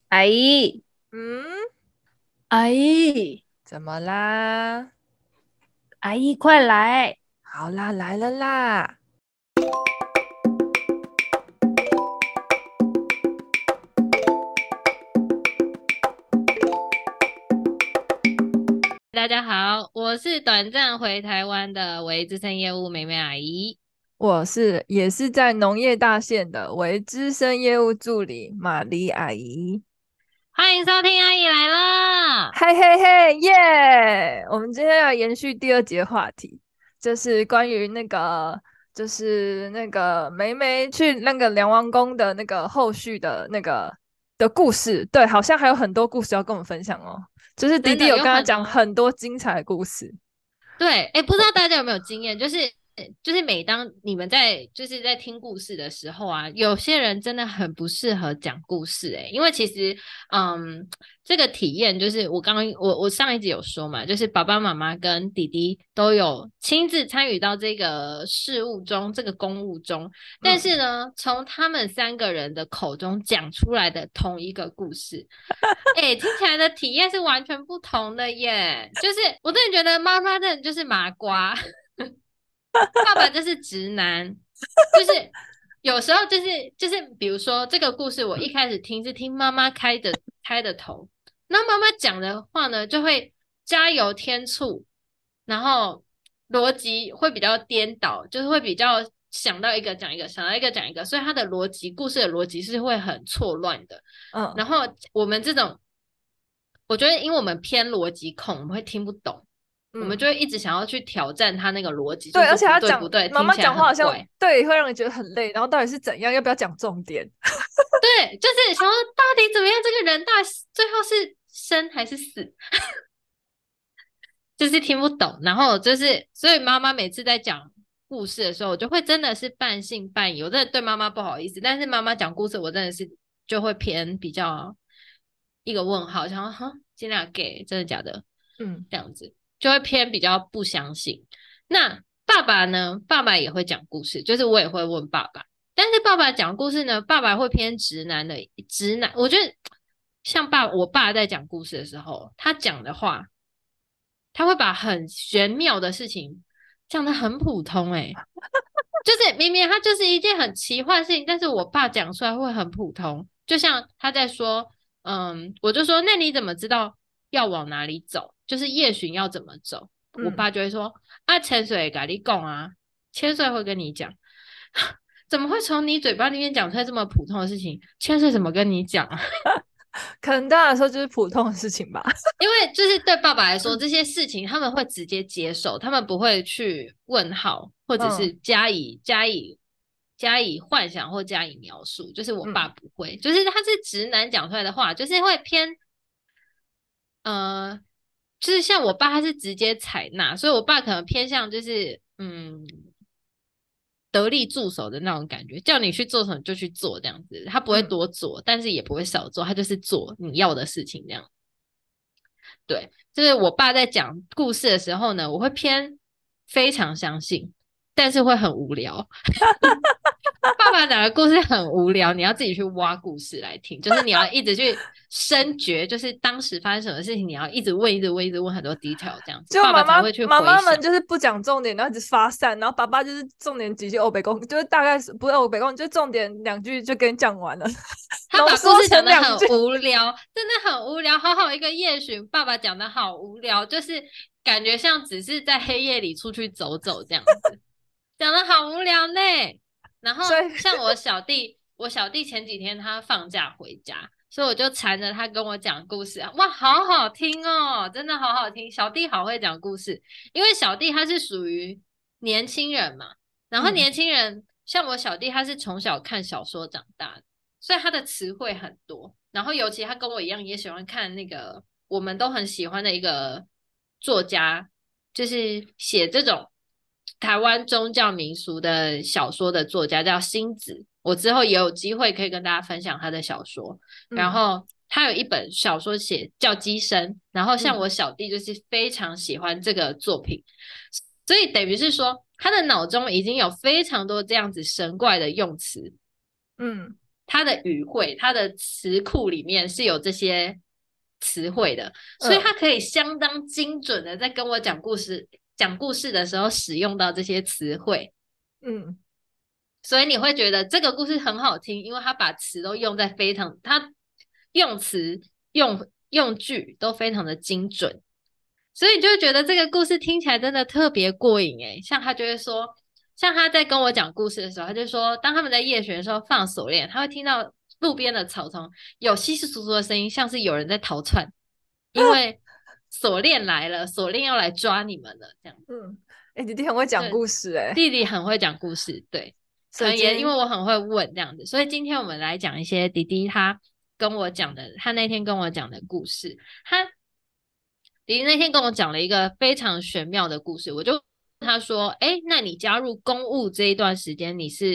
阿姨， 嗯， 阿姨， 怎么啦？ 阿姨，快来！ 好啦，来了啦！ 大家好，我是短暂回台湾的维资深业务美美阿姨。 也是在农业大县的为资深业务助理玛丽阿姨。 欢迎收听阿姨来了。 嘿嘿嘿，耶！我们今天要延续第二节话题，就是关于那个梅梅去那个梁王宫的那个后续的的故事。对，好像还有很多故事要跟我们分享哦。就是迪真的有迪有跟他很多。 讲很多精彩的故事。 对，哎，不知道大家有没有经验，就是每当你们在听故事的时候啊，有些人真的很不适合讲故事，哎，因为其实嗯，这个体验就是我上一集有说嘛，就是爸爸妈妈跟弟弟都有亲自参与到这个事务中，这个公务中，但是嗯， 呢，从他们三个人的口中讲出来的同一个故事。哎，听起来的体验是完全不同的耶！就是我真的觉得妈妈真的就是麻瓜，爸爸就是直男，就是有时候就是比如说这个故事，我一开始听是听妈妈开的头，那妈妈讲的话呢，就会加油添醋，然后逻辑会比较颠倒，就是会比较想到一个讲一个，想到一个讲一个，所以它的故事的逻辑是会很错乱的。 嗯然后我们这种，我觉得因为我们偏逻辑控，我们会听不懂，我们就嗯。 会一直想要去挑战他那个逻辑，就对，而说不且他讲对不对， 妈妈听起来讲话好像很怪。 对会让人觉得很累，然后到底是怎样，要不要讲重点？ 对，就是想说到底怎么样，这个人最后是生还是死，就是听不懂。然后就是，所以妈妈每次在讲故事的时候，我就会真的是半信半疑，我真的对妈妈不好意思。但是妈妈讲故事，我真的是就会偏比较一个问号，想说哈，尽量给真的假的嗯， 这样子，就会偏比较不相信。那爸爸呢？爸爸也会讲故事，就是我也会问爸爸。但是爸爸讲故事呢，爸爸会偏直男的直男。我觉得像我爸在讲故事的时候，他讲的话，他会把很玄妙的事情讲得很普通、欸，就是明明他就是一件很奇幻的事情，但是我爸讲出来会很普通。就像他在说，我就说，那你怎么知道要往哪里走？就是夜巡要怎么走？我嗯， 爸就会说，啊，潜水咖喱讲啊，潜水会跟你讲。怎么会从你嘴巴里面讲出来这么普通的事情？潜水怎么跟你讲啊？ 可能对他来说就是普通的事情吧。 因为就是对爸爸来说，这些事情他们会直接接受，他们不会去问号，或者是嗯加以幻想或加以描述。就是我爸嗯不会，就是他是直男讲出来的话，就是会偏呃，就是像我爸他是直接采纳，所以我爸可能偏向就是得力助手的那种感觉，叫你去做什么就去做这样子，他不会嗯， 多做，但是也不会少做，他就是做你要的事情这样。对，就是我爸在讲故事的时候呢，我会偏非常相信，但是会很无聊。爸爸讲的故事很无聊，你要自己去挖故事来听，就是你要一直去深掘，就是当时发生什么事情，你要一直问、一直问、一直问很多 detail，这样子， 就爸爸才会去妈妈们回想。 就是不讲重点，然后一直发散，然后爸爸就是重点几句欧北共，就是大概是不是欧北共，就重点两句就跟你讲完了， 他把故浓缩事讲得很成两句。 无聊，真的很无聊。好好一个夜巡，爸爸讲的好无聊，就是感觉像只是在黑夜里出去走走这样子，讲的好无聊呢。然后所以像我小弟前几天他放假回家，所以我就缠着他跟我讲故事啊，哇，好好听哦，真的好好听。小弟好会讲故事，因为小弟他是属于年轻人嘛，然后嗯年轻人像我小弟，他是从小看小说长大的。所以他的词汇很多。然后尤其他跟我一样也喜欢看那个我们都很喜欢的一个作家，就是写这种台湾宗教民俗的小说的作家，叫星子。我之后也有机会可以跟大家分享他的小说。然嗯后他有一本小说写叫《机身》，然后像嗯我小弟就是非常喜欢这个作品，所以等于是说他的脑中已经有非常多这样子神怪的用词， 嗯他的语汇，他的词库里面是有这些词汇的，所以他可以相当精准的在跟我讲故事的时候使用到这些词汇。所以你会觉得这个故事很好听，因为他把词都用在他用词用句都非常的精准，所以你就会觉得这个故事听起来真的特别过瘾诶。像他就会说，像他在跟我讲故事的时候，他就说，当他们在夜巡的时候放锁链，他会听到路边的草丛有稀稀疏疏的声音，像是有人在逃窜，因为锁链来了，锁链要来抓你们了，这样。 弟弟很会讲故事弟弟很会讲故事，对，可能也因为我很会问这样子，所以今天我们来讲一些弟弟他跟我讲的，他那天跟我讲的故事。弟弟那天跟我讲了一个非常玄妙的故事，我就问他说：那你加入公务这一段时间，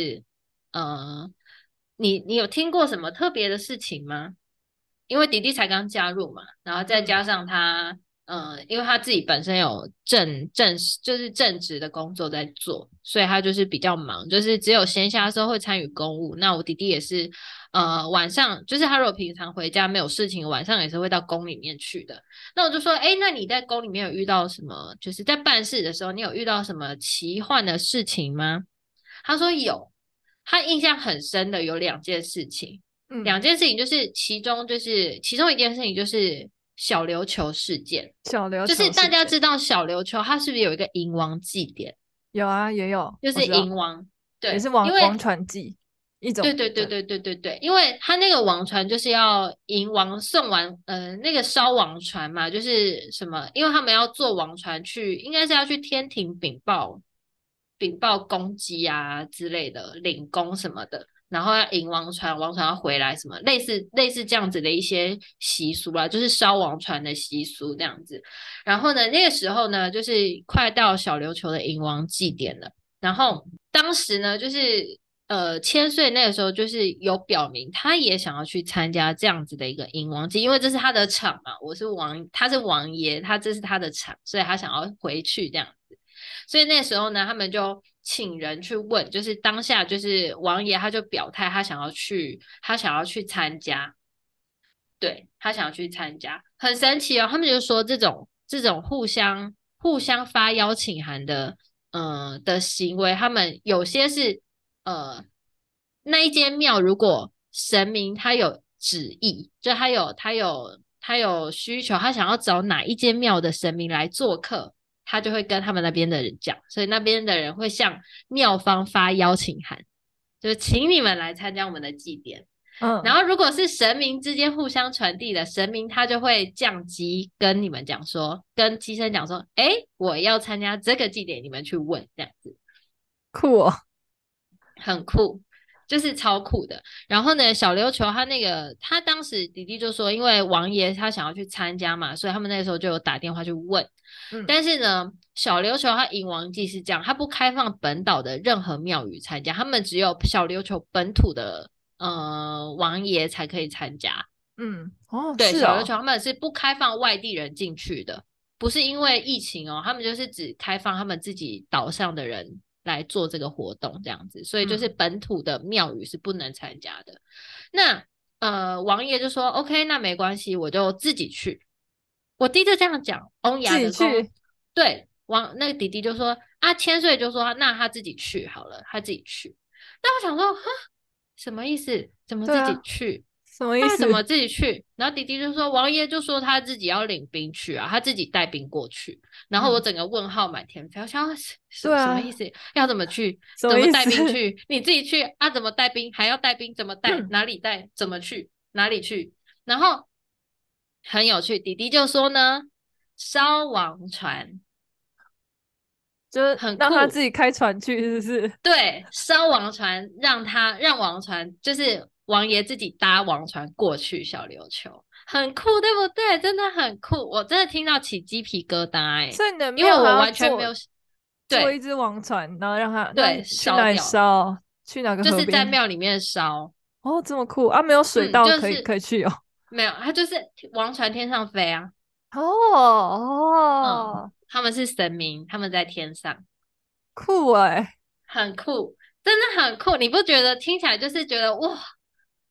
你有听过什么特别的事情吗？因为弟弟才刚加入嘛，然后再加上他，因为他自己本身有就是正职的工作在做，所以他就是比较忙，就是只有闲暇的时候会参与公务。那我弟弟也是，晚上就是他如果平常回家没有事情，晚上也是会到宫里面去的。那我就说，那你在宫里面有遇到什么？就是在办事的时候，你有遇到什么奇幻的事情吗？他说有，他印象很深的有2件事情。2件事情就是其中一件事情就是小琉球事件。就是大家知道小琉球它是不是有一个迎王祭典？ 有啊，也有， 就是迎王，对， 也是王船祭一种。 对，因为他那个王船就是要迎王送完，那个烧王船嘛，就是什么？因为他们要坐王船去，应该是要去天庭禀报功绩啊之类的，领功什么的。然后要迎王船，王船要回来，什么类似这样子的一些习俗啦，就是烧王船的习俗这样子。然后呢，那个时候呢，就是快到小琉球的迎王祭典了。然后当时呢，就是千岁那个时候就是有表明他也想要去参加这样子的一个迎王祭，因为这是他的场嘛，他是王爷，这是他的场，所以他想要回去这样子。所以那时候呢，他们就请人去问，就是当下就是王爷他就表态，他想要去参加，对，他想要去参加，很神奇哦。他们就说这种互相发邀请函的行为，他们有些是那一间庙如果神明他有旨意，就他有需求，他想要找哪一间庙的神明来做客。他就会跟他们那边的人讲，所以那边的人会向庙方发邀请函，就是请你们来参加我们的祭典。然后如果是神明之间互相传递的，神明他就会降级跟你们讲说，跟机身讲说，我要参加这个祭典，你们去问这样子。 酷哦， 很酷。就是超酷的。然后呢，小琉球他当时弟弟就说，因为王爷他想要去参加嘛，所以他们那个时候就有打电话去问。但是呢，小琉球他迎王祭是这样，他不开放本岛的任何庙宇参加，他们只有小琉球本土的王爷才可以参加。对，小琉球他们是不开放外地人进去的，不是因为疫情哦，他们就是只开放他们自己岛上的人来做这个活动这样子，所以就是本土的庙宇是不能参加的。那王爷就说 OK， 那没关系，我就自己去。我弟就这样讲，欧雅的公对那个弟弟就说千岁就说那他自己去好了，他自己去。但我想说什么意思？怎么自己去？ 什么意思？ 他怎么自己去？然后弟弟就说，王爷就说他自己要领兵去啊，他自己带兵过去。然后我整个问号满天飞，我想什么意思？要怎么去？怎么带兵去？你自己去啊？怎么带兵？还要带兵？怎么带？哪里带？怎么去？哪里去？然后很有趣，弟弟就说呢，烧王船， 就是很酷， 让他自己开船去，是不是？ 对，烧王船，让王船就是王爷自己搭王船过去小琉球，很酷，对不对？真的很酷，我真的听到起鸡皮疙瘩所以你的因为我完全没有做一只王船，然后让他去哪里烧？去哪个河边？ 就是在庙里面烧。 哦，这么酷啊！没有水道可以去哦。 没有，它就是王船天上飞啊。他们是神明，他们在天上。 酷很酷，真的很酷，你不觉得听起来就是觉得哇，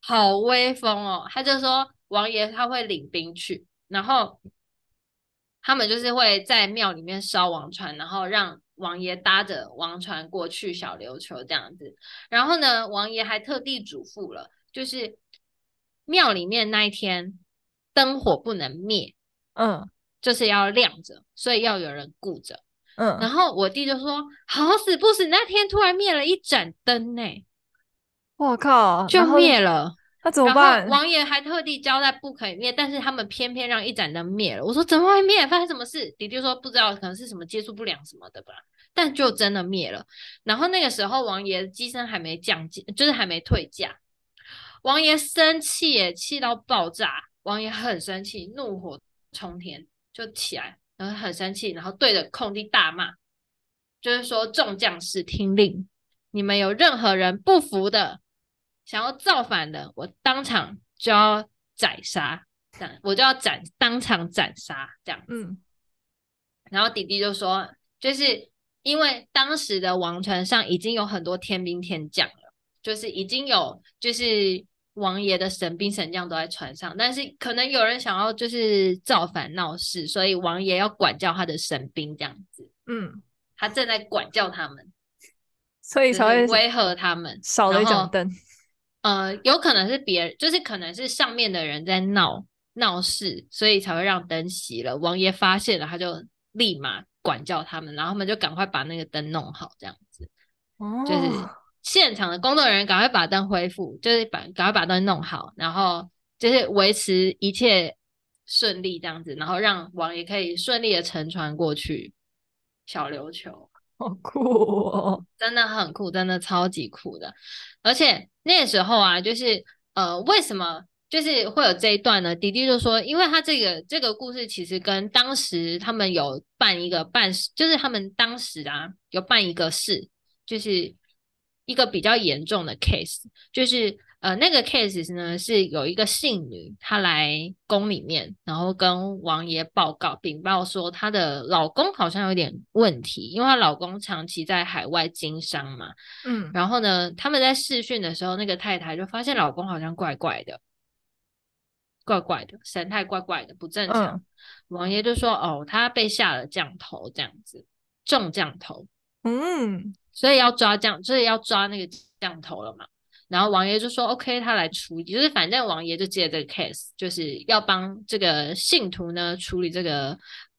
好威风哦！他就说王爷他会领兵去，然后他们就是会在庙里面烧王船，然后让王爷搭着王船过去小琉球这样子。然后呢，王爷还特地嘱咐了，就是庙里面那一天灯火不能灭， 嗯就是要亮着，所以要有人顾着。然嗯， 后我弟就说：“好死不死，那天突然灭了一盏灯呢， 我靠， 就然后灭了。” 那怎么然后办？ 王爷还特地交代不可以灭，但是他们偏偏让一盏灯灭了。我说怎么会灭？发生什么事？弟弟说不知道，可能是什么接触不良什么的吧。但就真的灭了。然后那个时候王爷机身还没降价，就是还没退价。王爷生气耶，气到爆炸。王爷很生气，怒火冲天，就起来，然后很生气，然后对着空地大骂，就是说众将士听令，你们有任何人不服的，想要造反的，我当场就要宰杀，这样我就要当场斩杀这样子。 嗯然后弟弟就说，就是因为当时的王船上已经有很多天兵天将了，就是已经有就是王爷的神兵神将都在船上，但是可能有人想要就是造反闹事，所以王爷要管教他的神兵这样子， 嗯， 他正在管教他们，就是所以才会威吓他们， 少了然后一盏灯。 有可能是别人，就是可能是上面的人在闹事，所以才会让灯熄了。王爷发现了，他就立马管教他们，然后他们就赶快把那个灯弄好，这样子就是哦， 现场的工作人员赶快把灯恢复，就是赶快把灯弄好，然后就是维持一切顺利这样子，然后让王爷可以顺利的乘船过去小琉球。 好酷哦。 真的很酷，真的超级酷的。而且那个时候啊，就是为什么就是会有这一段呢？迪迪就说，因为他这个故事其实跟当时他们有办，就是他们当时啊有办一个事，就是一个比较严重的 case，就是那个 case 呢是有一个姓女，她来宫里面，然后跟王爷禀报说她的老公好像有点问题，因为她老公长期在海外经商嘛。 嗯然后呢，他们在视讯的时候，那个太太就发现老公好像怪怪的，怪怪的，神态怪怪的，不正常。 嗯王爷就说：“哦，他被下了降头，这样子，中降头。” 嗯， 所以要抓就是要抓那个降头了嘛。然后王爷就说 OK，他来处理，就是反正王爷就接这个 case，就是要帮这个信徒呢处理这个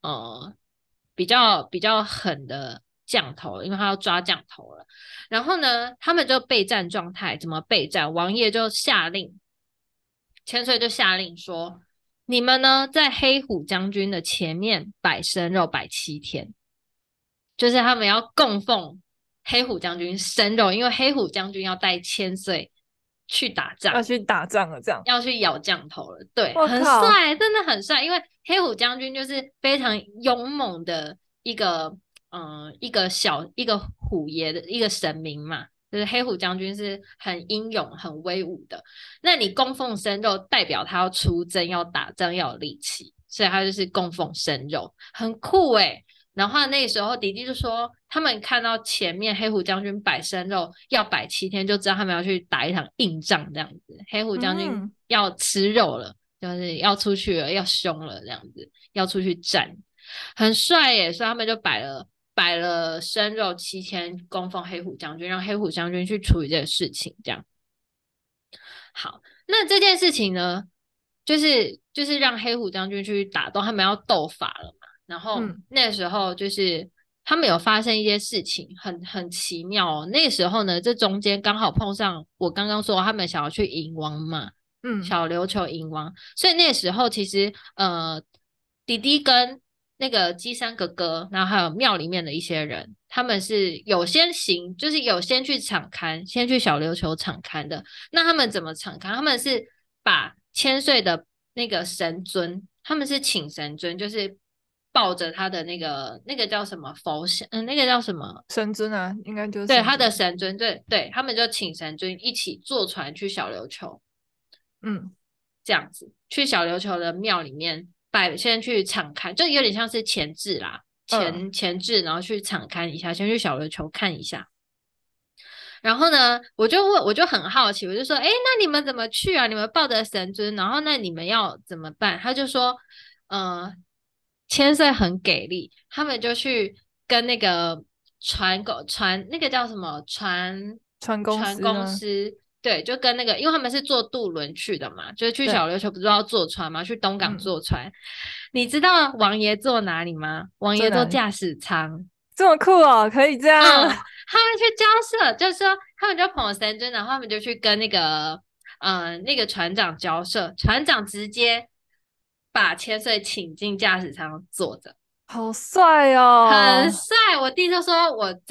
比较狠的降头，因为他要抓降头了。然后呢，他们就备战状态，怎么备战？王爷就下令，千岁就下令说：你们呢在黑虎将军的前面摆生肉摆7天。就是他们要供奉黑虎将军生肉，因为黑虎将军要带千岁去打仗， 要去打仗了，这样。 要去咬降头了。对， 我靠， 很帅，真的很帅。因为黑虎将军就是非常勇猛的一个虎爷的一个神明嘛。就是黑虎将军是很英勇、很威武的，那你供奉生肉，代表他要出征、要打仗、要有力气，所以他就是供奉生肉，很酷诶。然后那时候迪迪就说，他们看到前面黑虎将军摆生肉要摆7天，就知道他们要去打一场硬仗，这样子。黑虎将军嗯要吃肉了，就是要出去了，要凶了，这样子，要出去战，很帅耶。所以他们就摆了生肉7天，供奉黑虎将军，让黑虎将军去处理这个事情，这样。好，那这件事情呢，就是让黑虎将军去打斗，他们要斗法了嘛。然后嗯那时候就是他们有发生一些事情，很奇妙哦。那个时候呢，这中间刚好碰上我刚刚说他们想要去迎王嘛， 嗯小琉球迎王，所以那时候其实弟弟跟那个基山哥哥，然后还有庙里面的一些人，他们是有先行，就是有先去场勘，先去小琉球场勘的。那他们怎么敞开？他们是把千岁的那个神尊，他们是请神尊，就是抱着他的那个叫什么佛像，那个叫什么？ 神尊啊，应该就是对，他的神尊。 神尊，对，他们就请神尊一起坐船去小琉球， 嗯这样子去小琉球的庙里面先去敞开，就有点像是前置啦， 嗯前置，然后去敞开一下，先去小琉球看一下。 然后呢，我就很好奇，我就说，哎，那你们怎么去啊？你们抱着神尊，然后那你们要怎么办？他就说，千岁很给力，他们就去跟那个船那个叫什么船公船公司吗？ 司，对，就跟那个，因为他们是坐渡轮去的嘛，就是去对， 小琉球不是要坐船吗？去东港嗯， 坐船，你知道王爷坐哪里吗？王在哪里？ 爷坐驾驶舱。 这么酷哦，可以这样。 他们去交涉，就是说他们就捧神尊，然后他们就去跟那个船长交涉，船长直接把千岁请进驾驶舱坐着， 好帅哦！ 很帅。我弟就说，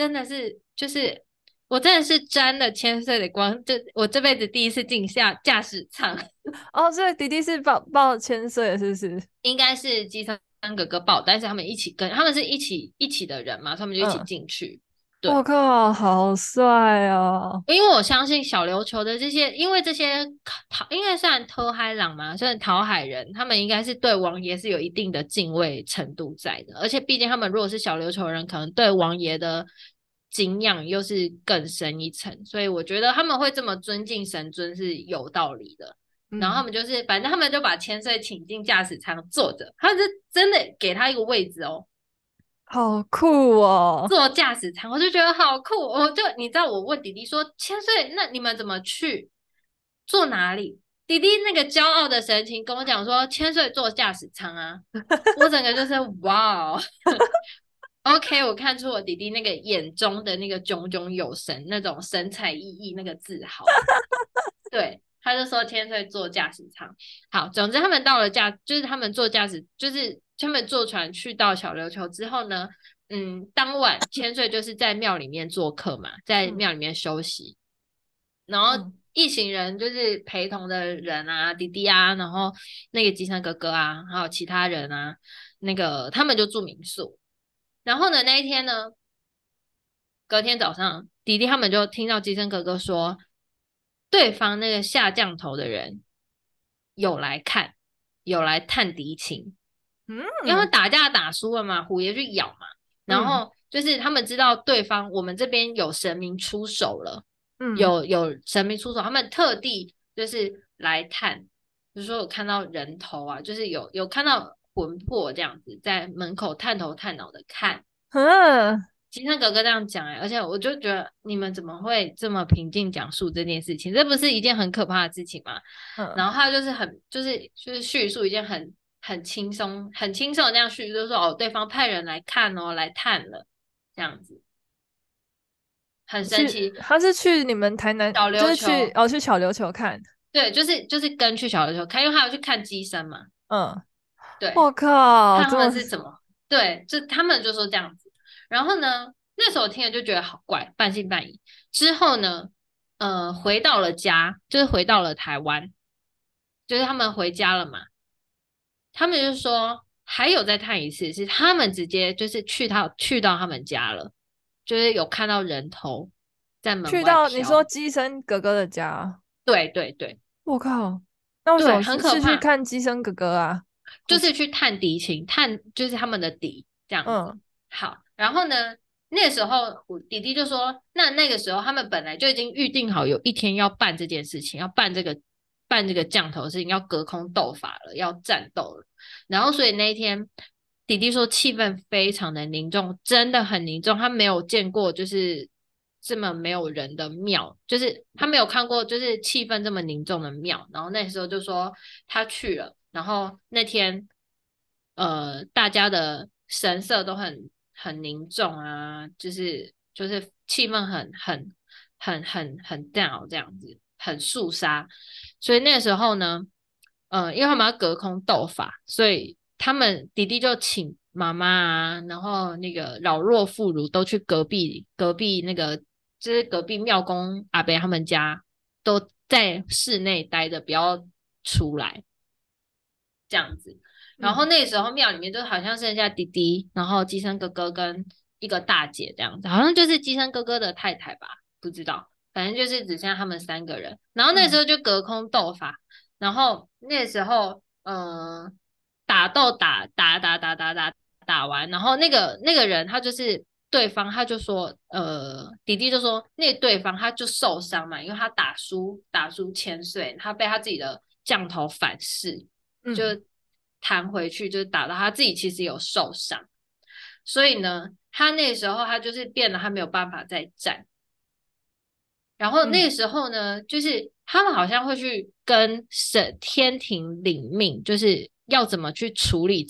我真的是沾了千岁的光，就我这辈子第一次进下驾驶舱。 哦，所以弟弟是抱千岁的，是不是？ 应该是机三哥哥报，但是他们一起跟他们是一起的人嘛，所以他们就一起嗯， 进去。 我对， 靠，好帅哦！ 因为我相信小琉球的这些，因为这些应该算偷海郎嘛，算讨海人，他们应该是对王爷是有一定的敬畏程度在的，而且毕竟他们如果是小琉球人，可能对王爷的敬仰又是更深一层，所以我觉得他们会这么尊敬神尊是有道理的。然后他嗯， 们就是，反正他们就把千岁请进驾驶舱坐着，他是真的给他一个位置哦， 好酷哦！ 坐驾驶舱，我就觉得好酷。你知道，我问弟弟说：“千岁，那你们怎么去？坐哪里？”弟弟那个骄傲的神情跟我讲说：“千岁坐驾驶舱啊！”我整个就是哇哦，OK，我看出我弟弟那个眼中的那个炯炯有神，那种神采奕奕那个自豪。对，他就说千岁坐驾驶舱。好，总之他们到了就是他们坐驾驶，就是他们坐船去到小琉球之后呢，当晚千岁就是在庙里面做客嘛，在嗯庙里面休息，然后嗯一行人就是陪同的人啊，弟弟啊，然后那个吉祥哥哥啊，还有其他人啊，那个他们就住民宿。然后呢，那一天呢，隔天早上，弟弟他们就听到吉生哥哥说，对方那个下降头的人有来看，有来探敌情，因为他嗯打架打输了嘛，虎爷去咬嘛，然嗯后就是他们知道对方我们这边有神明出手了， 嗯， 有神明出手，他们特地就是来探，比如说有看到人头啊，就是有看到魂魄这样子，在门口探头探脑的看。 嗯， 金生哥哥这样讲而且我就觉得你们怎么会这么平静讲述这件事情？这不是一件很可怕的事情吗？ 嗯， 然后他就是叙述一件很轻松的那样叙述，就是说哦，对方派人来看哦，来探了，这样子很神奇。 他是去你们台南， 小就是去琉球去小琉球看。 对，就是跟去小琉球看，因为他要去看机身嘛， 嗯， 对， 我靠， 看他们这么是怎么对，就他们就说这样子。然后呢，那时候我听了就觉得好怪，半信半疑。之后呢，回到了家，就是回到了台湾，就是他们回家了嘛。他们就说还有再探一次，是他们直接就是去到他们家了，就是有看到人头在门去外到你说飘。 鸡生哥哥的家。 对对对我靠，那为什对， 么是去很可怕， 看鸡生哥哥啊？我去， 就是去探敌情，探就是他们的敌这样子。 嗯， 好，然后呢，那时候我弟弟就说，那个时候他们本来就已经预定好有一天要办这件事情，要办这个降头的事情，要隔空斗法了，要战斗了。然后所以那一天，弟弟说气氛非常的凝重，真的很凝重，他没有见过就是这么没有人的庙，就是他没有看过就是气氛这么凝重的庙。然后那时候就说他去了，然后那天大家的神色都很凝重啊，就是气氛很 down 这样子，很肃杀。所以那个时候呢，因为他们要隔空斗法，所以他们弟弟就请妈妈啊，然后那个老弱妇孺都去隔壁那个，就是隔壁庙公阿伯他们家，都在室内待着，不要出来这样子。然后嗯， 那个时候庙里面就好像剩下弟弟，然后鸡生哥哥跟一个大姐这样子，好像就是鸡生哥哥的太太吧，不知道，反正就是只剩下他们三个人。然后那时嗯， 候就隔空斗法，然后那时候打斗打完，然后那个人他就是对方他就说，弟弟就说那对方他就受伤嘛，因为他打输千岁，他被他自己的降头反噬，就弹回去，就是打到他自己其实有受伤，所以呢，他那时候他就是变得他没有办法再战。然后那个时候呢，就是他们好像会去跟天庭领命，就是要怎么去处理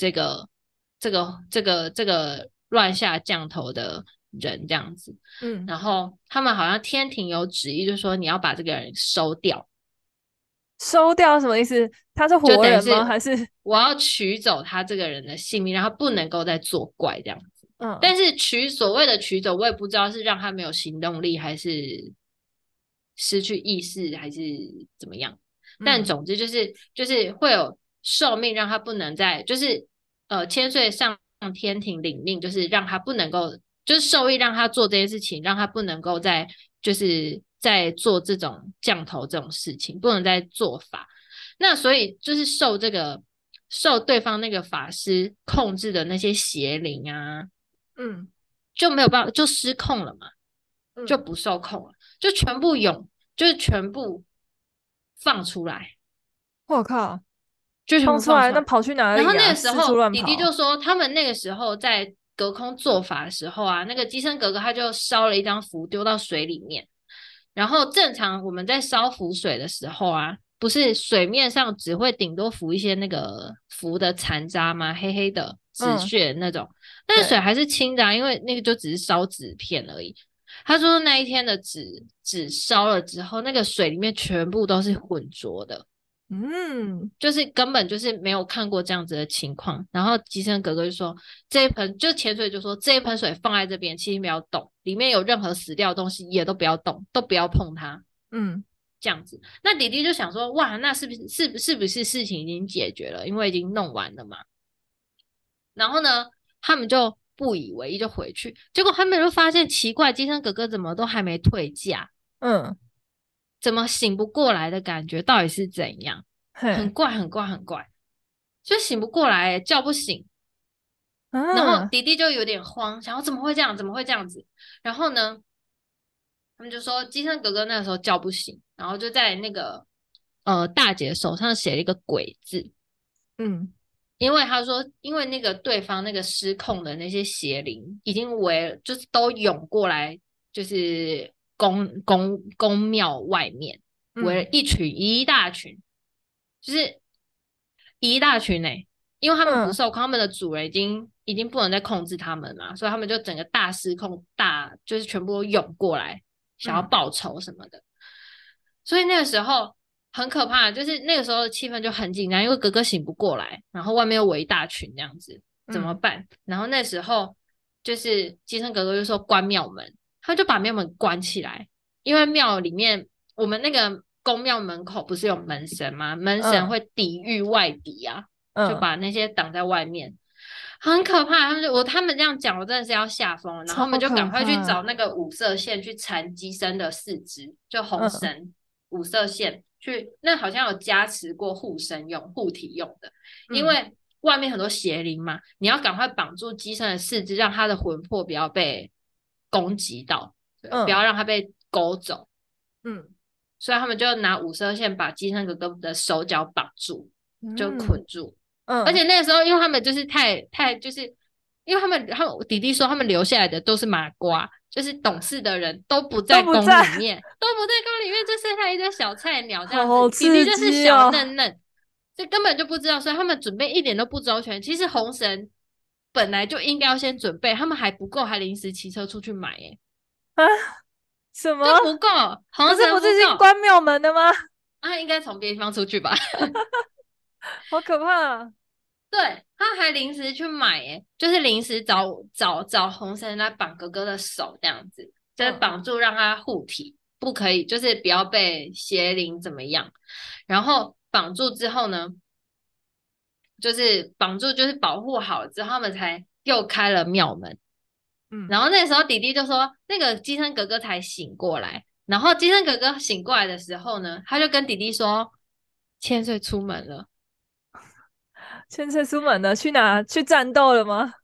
这个乱下降头的人这样子。然后他们好像天庭有旨意，就是说你要把这个人收掉。 收掉什么意思？他是活人吗？还是我要取走他这个人的性命，让他不能够再作怪这样子。但是所谓的取走，我也不知道是让他没有行动力，还是失去意识，还是怎么样。但总之就是会有受命，让他不能再就是千岁上天庭领命，就是让他不能够就是授意让他做这件事情，让他不能够再就是在做这种降头这种事情，不能再做法。那所以就是受对方那个法师控制的那些邪灵啊，就没有办法，就失控了嘛，就不受控了，就全部就是全部放出来。 我靠， 就全部放出来， 放出来。 那跑去哪里啊？ 然后那个时四处候， 乱跑。 弟弟就说，他们那个时候在隔空做法的时候啊，那个机身格格他就烧了一张符丢到水里面。然后正常我们在烧符水的时候啊，不是水面上只会顶多浮一些那个符的残渣吗？黑黑的纸屑那种，但是水还是清的啊，因为那个就只是烧纸片而已。他说那一天的纸烧了之后，那个水里面全部都是浑浊的。就是根本就是没有看过这样子的情况。然后吉生哥哥就说，这一盆就潜水就说这一盆水放在这边，其实不要动，里面有任何死掉的东西也都不要动，都不要碰它。这样子。那弟弟就想说，哇，那是不是事情已经解决了？因为已经弄完了嘛。然后呢，他们就不以为意，就回去。结果他们就发现奇怪，吉生哥哥怎么都还没退驾。怎么醒不过来的感觉到底是怎样？很怪很怪很怪，就醒不过来，叫不醒。然后弟弟就有点慌，想要怎么会这样？怎么会这样子？然后呢，他们就说机身哥哥那个时候叫不醒，然后就在那个大姐手上写了一个鬼字。因为他说，因为那个对方那个失控的那些邪灵已经就是都涌过来，就是宫庙外面围了一大群，就是一大群因为他们不受控，他们的主人已经不能再控制他们嘛，所以他们就整个大失控，就是全部都涌过来，想要报仇什么的。所以那个时候很可怕，就是那个时候的气氛就很紧张，因为哥哥醒不过来，然后外面又围一大群这样子，怎么办？然后那时候就是基生哥哥就说关庙门，他就把庙门关起来，因为庙里面我们那个宫庙门口不是有门神吗？门神会抵御外敌啊，就把那些挡在外面。很可怕，他们这样讲，我真的是要吓疯了。然后我们就赶快去找那个五色线去缠机身的四肢，就红绳五色线去，那好像有加持过护身用、护体用的，因为外面很多邪灵嘛，你要赶快绑住机身的四肢，让他的魂魄不要被攻击到，不要让他被勾走。所以他们就拿五色线把机身哥哥的手脚绑住，就捆住。而且那个时候，因为他们就是太就是，因为他们弟弟说他们留下来的都是麻瓜，就是懂事的人都不在宫里面，就剩下一个小菜鸟这样子。弟弟就是小嫩嫩，这根本就不知道，所以他们准备一点都不周全。其实红绳本来就应该要先准备，他们还不够，还临时骑车出去买什么？ 这不够，红绳不是已经关庙门了吗？ 应该从别地方出去吧。 好可怕！ 对，他还临时去买就是临时找红绳来绑哥哥的手，这样子，就是绑住让他护体，不可以，就是不要被邪灵怎么样。然后绑住之后呢，就是绑住，就是保护好之后，他们才又开了庙门。然后那时候弟弟就说，那个机身哥哥才醒过来。然后机身哥哥醒过来的时候呢，他就跟弟弟说，千岁出门了。 千岁出门了，去哪？去战斗了吗？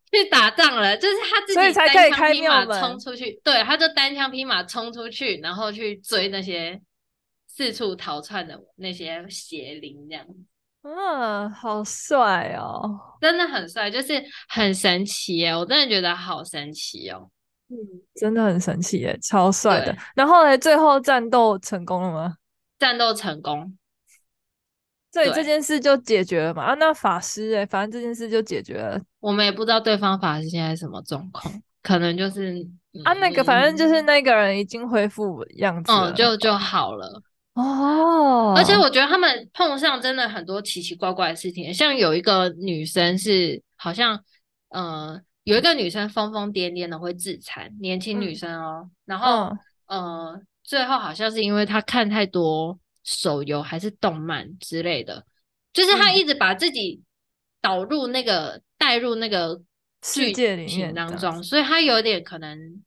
去打仗了，就是他自所以己单才可以开枪匹马庙门。 冲出去，对，他就单枪匹马冲出去，然后去追那些四处逃窜的那些邪灵，这样嗯，好帅哦。 真的很帅，就是很神奇耶，我真的觉得好神奇哦。 嗯，真的很神奇耶，超帅的。 对， 然后呢，最后战斗成功了吗？ 战斗成功， 所以这对， 件事就解决了嘛？啊，那法师反正这件事就解决了。 我们也不知道对方法师现在什么状况，可能就是啊，那个反正就是那个人已经恢复样子了。 就好了。而且哦。 我觉得他们碰上真的很多奇奇怪怪的事情，像有一个女生是好像有一个女生疯疯癫癫的会自残，年轻女嗯生哦，然后嗯最后好像是因为她看太多手游还是动漫之类的，就是她嗯， 一直把自己带入那个剧世界里情面这样子。 当中，所以她有点可能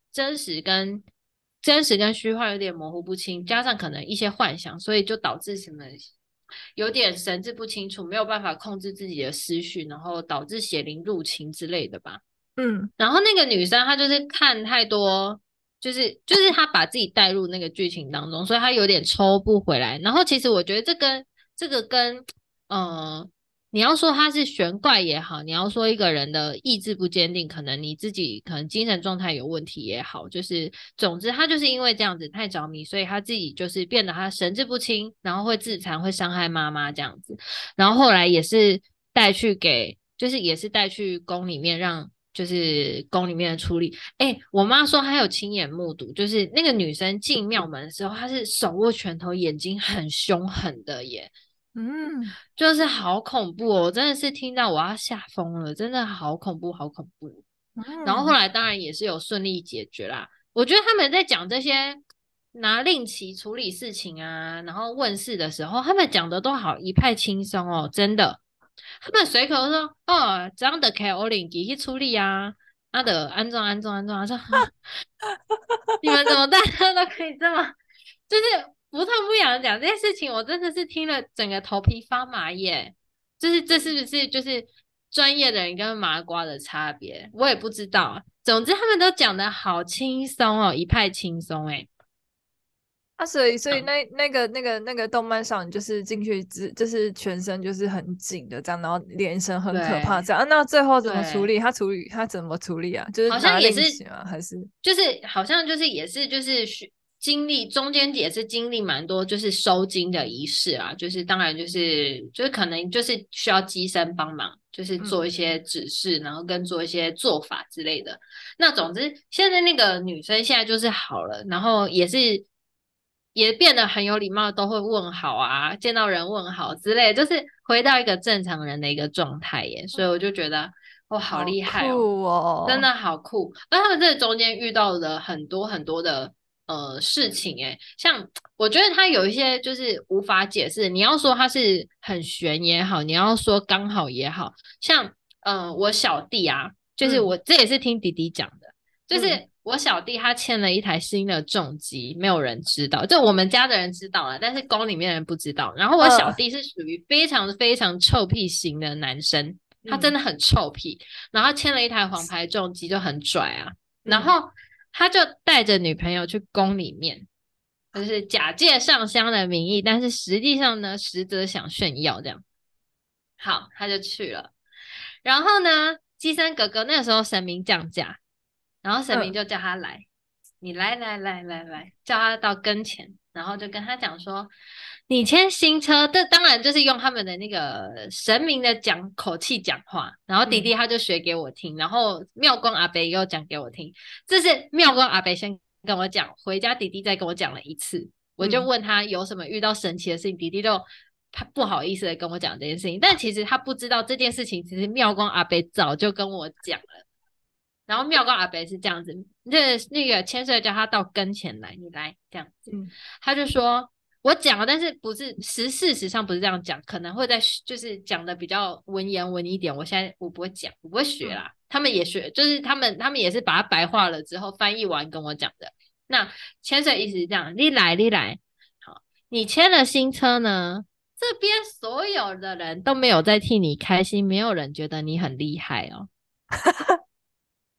真实跟虚幻有点模糊不清，加上可能一些幻想，所以就导致什么有点神志不清楚，没有办法控制自己的思绪，然后导致邪灵入侵之类的吧。 嗯然后那个女生她就是看太多，就是她把自己带入那个剧情当中，所以她有点抽不回来。然后其实我觉得这个跟呃你要说他是玄怪也好，你要说一个人的意志不坚定，可能你自己可能精神状态有问题也好，就是总之他就是因为这样子太着迷，所以他自己就是变得他神志不清，然后会自残，会伤害妈妈这样子，然后后来也是也是带去宫里面让。就是宫里面的处理，我妈说她有亲眼目睹，就是那个女生进庙门的时候，她是手握拳头，眼睛很凶狠的耶。 嗯就是好恐怖哦！我真的是听到我要吓疯了，真的好恐怖，好恐怖。然后后嗯。 来当然也是有顺利解决啦。我觉得他们在讲这些拿令旗处理事情啊，然后问世的时候，他们讲的都好一派轻松哦，真的。他们随口说哦，这样的开欧令旗去处理啊，啊的安装，说你们怎么大家都可以这么，就是不痛不痒的讲这件事情，我真的是听了整个头皮发麻耶。就是这是不是就是专业的人跟麻瓜的差别？我也不知道啊。总之他们都讲的好轻松哦，一派轻松诶。 啊，所以嗯， 那个动漫少女就是进去就是全身就是很紧的这样，然后连身很可怕对这样。啊那最后怎么处对， 理？他怎么处理啊？就是好像拿也是， 令旗吗？还是就是好像就是也是就是经历中间也是经历蛮多就是收金的仪式啊，就是当然就是可能就是需要机身帮忙，就是做嗯一些指示，然后跟做一些做法之类的。那总之现在那个女生现在就是好了，然后也变得很有礼貌，都会问好啊，见到人问好之类的，就是回到一个正常人的一个状态耶。所以我就觉得哦，好好厉害哦。 酷哦。 真的好酷！那他们这中间遇到了很多很多的事情，像我觉得他有一些就是无法解释。你要说他是很悬也好，你要说刚好也好，像我小弟啊，就是嗯我这也是听弟弟讲的，就嗯是我小弟他签了一台新的重机，没有人知道，就我们家的人知道了，但是宫里面的人不知道。然后我小弟是属于非常非常臭屁型的男生，他真嗯的很臭屁。然后他签了一台黄牌重机，就很拽啊。然嗯后他就带着女朋友去宫里面，就是假借上香的名义，但是实际上呢，实则想炫耀这样。好，他就去了。然后呢，鸡生哥哥那个时候神明降价，然后神明嗯就叫他来，你来，叫他到跟前，然后就跟他讲说，你签新车，这当然就是用他们的那个神明的口气讲话。然后弟弟嗯他就学给我听，然后妙光阿北又讲给我听，这是妙光阿北先跟我讲，回家弟弟再跟我讲了一次。我就嗯。 问他有什么遇到神奇的事情，弟弟就他不好意思的跟我讲这件事情，但其实他不知道这件事情，其实妙光阿北早就跟我讲了。然后妙光阿北是这样子，那个千岁叫他到跟前来，你来这样子， 嗯他就说我讲了，但是不是事实上不是这样讲，可能会在就是讲的比较文言文一点。我不会讲，我不会学嗯啦，他们也学，就是他们也是把它白话了之后翻译完跟我讲的。那千岁意思是这样，你来，好，你签了新车呢，这边所有的人都没有在替你开心，没有人觉得你很厉害哦。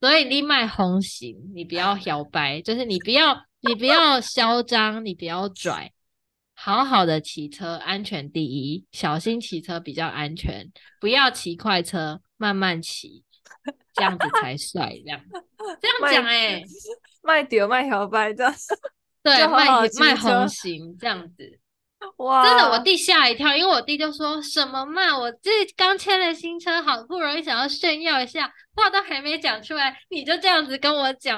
所以你卖红行，你不要摇摆，就是你不要嚣张，你不要拽，好好的骑车，安全第一，小心骑车比较安全，不要骑快车，慢慢骑，这样子才帅。这样讲卖卖屌卖摇摆这样， 对， 就好好卖红骑车。 行这样子。真的，我哇， 弟吓一跳，因为我弟就说什么嘛，我这刚签了新车，好不容易想要炫耀一下，话都还没讲出来，你就这样子跟我讲，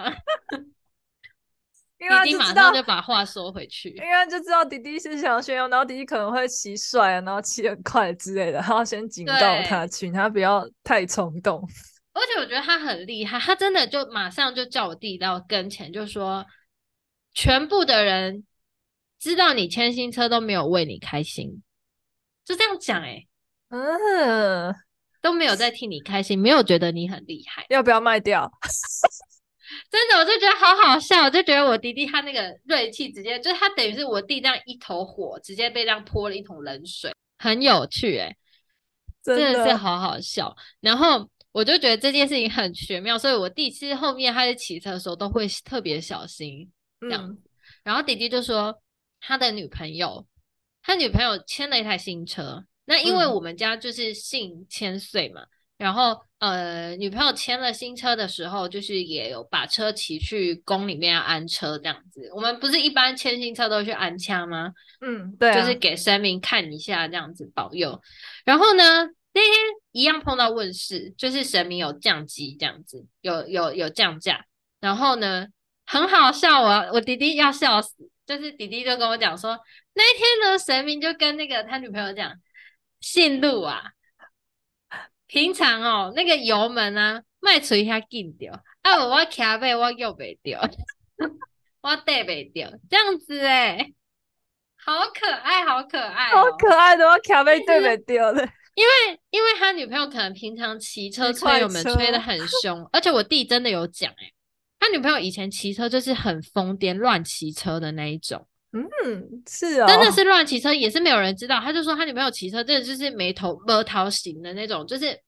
因为弟他就知道， 弟马上就把话说回去。 因为他就知道弟弟是想要炫耀，然后弟弟可能会骑帅啊，然后骑很快之类的，然后先警告他， 对， 请他不要太冲动。 而且我觉得他很厉害，他真的就马上就叫我弟到跟前，就说全部的人知道你签新车都没有为你开心，就这样讲嗯， 都没有在替你开心，没有觉得你很厉害。 要不要卖掉？ 真的，我就觉得好好笑，我就觉得我弟弟他那个锐气直接就是他等于是我弟这样一头火，直接被这样泼了一桶冷水，很有趣真的是真的， 好好笑。然后我就觉得这件事情很玄妙，所以我弟其实后面他在骑车的时候都会特别小心这样嗯子。然后弟弟就说他的女朋友，他女朋友牵了一台新车，那因为嗯我们家就是姓千岁嘛。然后女朋友签了新车的时候，就是也有把车骑去宫里面要安车这样子。我们不是一般签新车都去安枪吗？ 嗯，对就是啊， 给神明看一下这样子保佑。然后呢，那天一样碰到问世，就是神明有降级这样子，有降价。然后呢，很好笑，我弟弟要笑死，就是弟弟就跟我讲说，那一天呢，神明就跟那个他女朋友讲，信路啊。平常哦，那个油门啊，卖锤遐紧掉，啊，我骑马我又袂掉，我带袂掉，这样子好可爱，好可好爱哦。 可爱的，我卡其被对没实， 丢的， 因为他女朋友可能平常骑车骑快吹油门吹的车， 很凶，而且我弟真的有讲他女朋友以前骑车就是很疯癫、乱骑车的那一种。 嗯，是真的是哦， 乱骑车，也是没有人知道。他就说他女朋友骑车真的就是没头型的那种，就是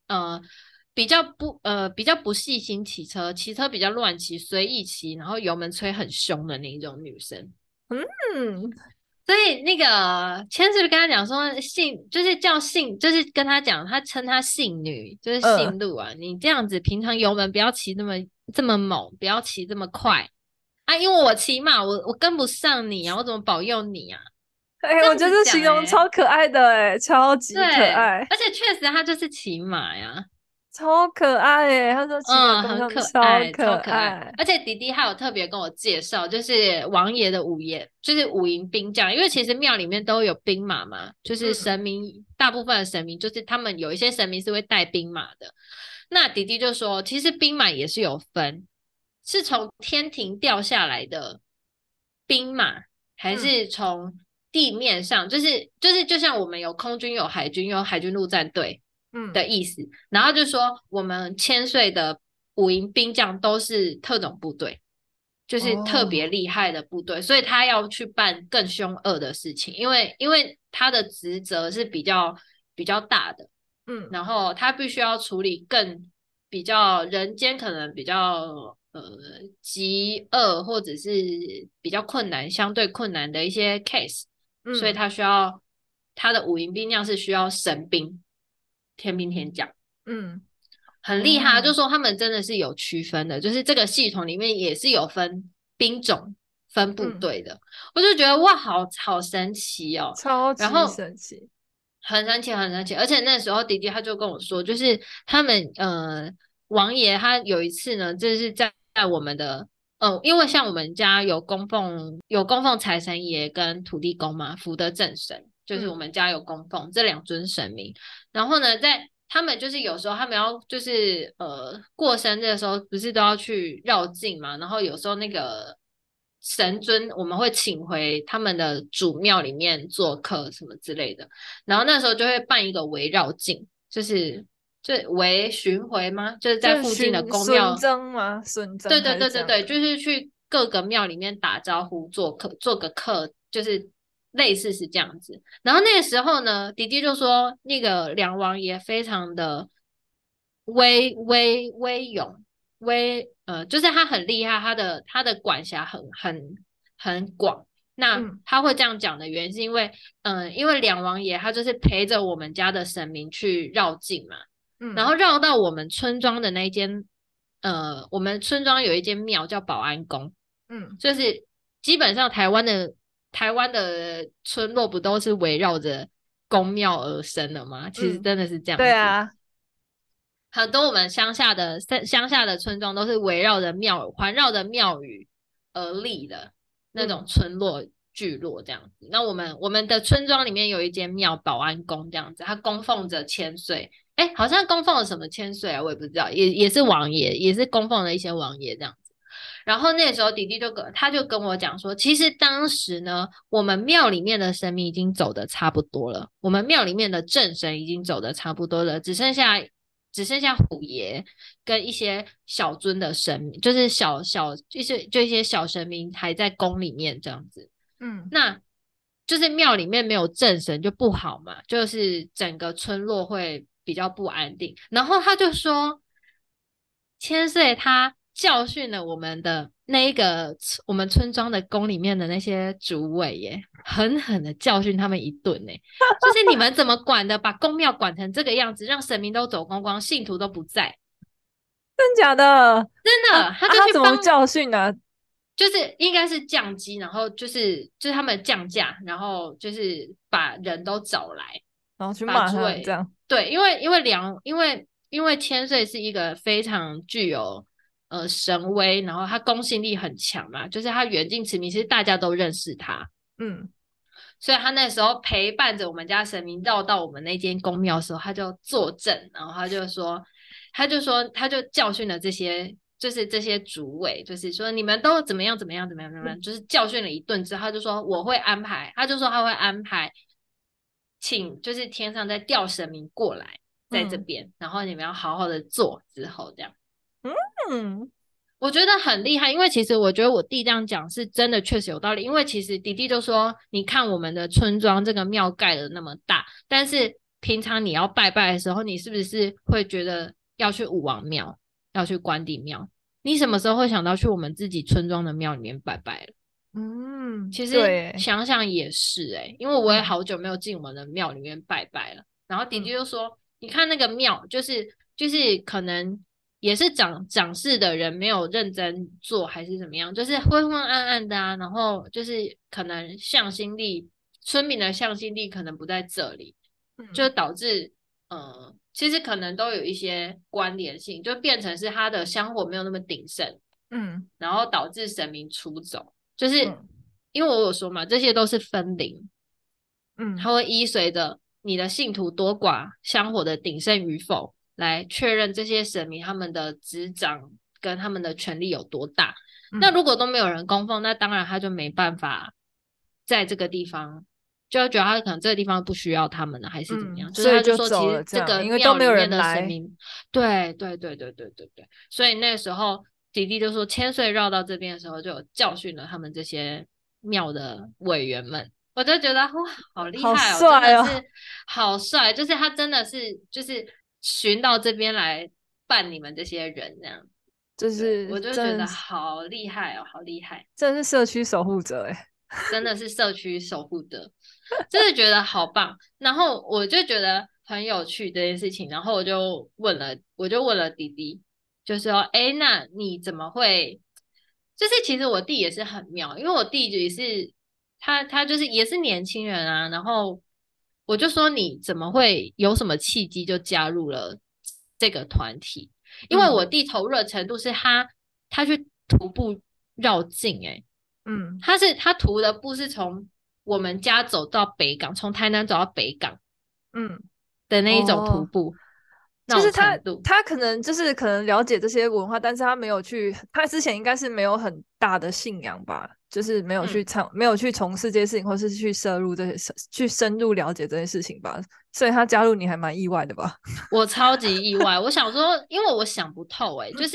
比较不细心骑车，骑车比较乱骑，随意骑，然后油门吹很凶的那一种女生。 嗯所以那个千是不是跟他讲说姓就是叫姓，就是跟他讲，他称他姓女，就是姓陆啊。你这样子平常油门不要骑这么猛，不要骑这么快啊，因为我骑马我跟不上你啊，我怎么保佑你啊？ 哎、 这我觉得样子讲形容超可爱的哎、超级可对， 爱， 而且确实他就是骑马呀， 超可爱哎、他说骑马嗯， 工很匠超可爱，超可爱。 可爱， 而且迪迪还有特别跟我介绍，就是王爷的五爷，就是五营兵将，因为其实庙里面都有兵马嘛，就是嗯神明，大部分的神明就是他们有一些神明是会带兵马的。那迪迪就说，其实兵马也是有分，是从天庭掉下来的兵马，还嗯是从地面上，就像我们有空军、有海军、有海军陆战队嗯， 的意思。然后就说我们千岁的五营兵将都是特种部队，就是特别哦， 厉害的部队，所以他要去办更凶恶的事情，因为他的职责是比较大的， 嗯然后他必须要处理更比较人间可能比较极恶或者是比较困难、相对困难的一些 case，所以嗯他的五营兵将是需要神兵、天兵天将。 嗯， 很厉害，就哦， 说他们真的是有区分的，就是这个系统里面也是有分兵种、分部嗯， 队的，我就觉得哇，好神奇哦。 超级然后神奇， 很神奇，很神奇，而且那时候弟弟他就跟我说，就是他们王爷他有一次呢，就是在我们的因为像我们家有供奉财神爷跟土地公嘛，福德正神，就是我嗯们家有供奉这两尊神明。然后呢，在他们就是有时候他们要就是过生日的时候，不是都要去绕境嘛？然后有时候那个神尊我们会请回他们的主庙里面做客什么之类的，然后那时候就会办一个围绕境，就围巡回吗？就是在就是附近的寻孙宫庙， 征吗？孙对对征还是对对对， 这样的？ 就是去各个庙里面打招呼做个客，就是类似是这样子。然后那个时候呢，迪迪就说那个梁王爷非常的威勇， 就是他很厉害，他的管辖很广。那他会这样讲的原因是因为梁王爷他就是陪着我们家的神明去绕境嘛，然后绕到我们村庄的那一间，我们村庄有一间庙叫保安宫，就是基本上台湾的村落不都是围绕着宫庙而生的吗？其实真的是这样子。 对啊， 很多我们乡下的村庄都是围绕着环绕着庙宇而立的那种村落聚落这样子。那我们的村庄里面有一间庙保安宫这样子，它供奉着千岁，好像供奉了什么千岁啊，我也不知道，也是王爷，也是供奉了一些王爷这样子。然后那时候弟弟他就跟我讲说，其实当时呢，我们庙里面的神明已经走的差不多了，我们庙里面的正神已经走的差不多了，只剩下虎爷跟一些小尊的神明，就是一些小神明还在宫里面这样子。那就是庙里面没有正神就不好嘛，就是整个村落会比较不安定。然后他就说，千岁他教训了我们的我们村庄的宫里面的那些主委耶，狠狠的教训他们一顿耶，就是你们怎么管的，把宫庙管成这个样子，让神明都走光光，信徒都不在。 真假的？ 真的，他就去怎么教训呢？ 就是应该是降机，然后就是他们降价，然后就是把人都找来， 然后去骂他这样。 对，因为千岁是一个非常具有神威，然后他公信力很强嘛，就是他远近驰名，其实大家都认识他。所以他那时候陪伴着我们家神明绕到我们那间宫庙的时候，他就坐镇，然后他就教训了这些主委，就是说你们都怎么样，就是教训了一顿之后，他就说他会安排，请就是天上再调神明过来，在这边，然后你们要好好的做，之后这样。我觉得很厉害，因为其实我觉得我弟这样讲是真的确实有道理，因为其实弟弟就说，你看我们的村庄这个庙盖的那么大，但是平常你要拜拜的时候，你是不是会觉得要去武王庙，要去关帝庙？你什么时候会想到去我们自己村庄的庙里面拜拜了？其实想想也是因为我也好久没有进我们的庙里面拜拜了。然后弟弟就说，你看那个庙，就是可能也是掌事的人没有认真做，还是怎么样，就是昏昏暗暗的啊，然后就是可能村民的向心力可能不在这里，就导致其实可能都有一些关联性，就变成是他的香火没有那么鼎盛，然后导致神明出走，就是因为我有说嘛，这些都是分灵，他会依随着你的信徒多寡、香火的鼎盛与否来确认这些神明他们的执掌跟他们的权力有多大。那如果都没有人供奉，那当然他就没办法在这个地方，就觉得他可能这个地方不需要他们了，还是怎么样？ 所以就说其实这个庙里面的神明，对，所以那时候弟弟就说，千岁绕到这边的时候，就有教训了他们这些庙的委员们。我就觉得哇，好厉害哦，真的是好帅，就是他真的是就是寻到这边来办你们这些人这样， 就是我就觉得好厉害哦，好厉害， 真的是社区守护者真的是社区守护者，真的觉得好棒。然后我就觉得很有趣这件事情，然后我就问了弟弟，就说那你怎么会？就是其实我弟也是很妙，因为我弟也是。他就是也是年轻人啊，然后我就说你怎么会有什么契机就加入了这个团体？因为我弟投入的程度是他去徒步绕境他徒的步是从我们家走到北港，从台南走到北港的那一种徒步。 就是他可能了解这些文化，但是他没有去，他之前应该是没有很大的信仰吧，就是没有去从事这些事情，或是去去深入了解这些事情吧，所以他加入你还蛮意外的吧？ 我超级意外，我想说，因为我想不透就是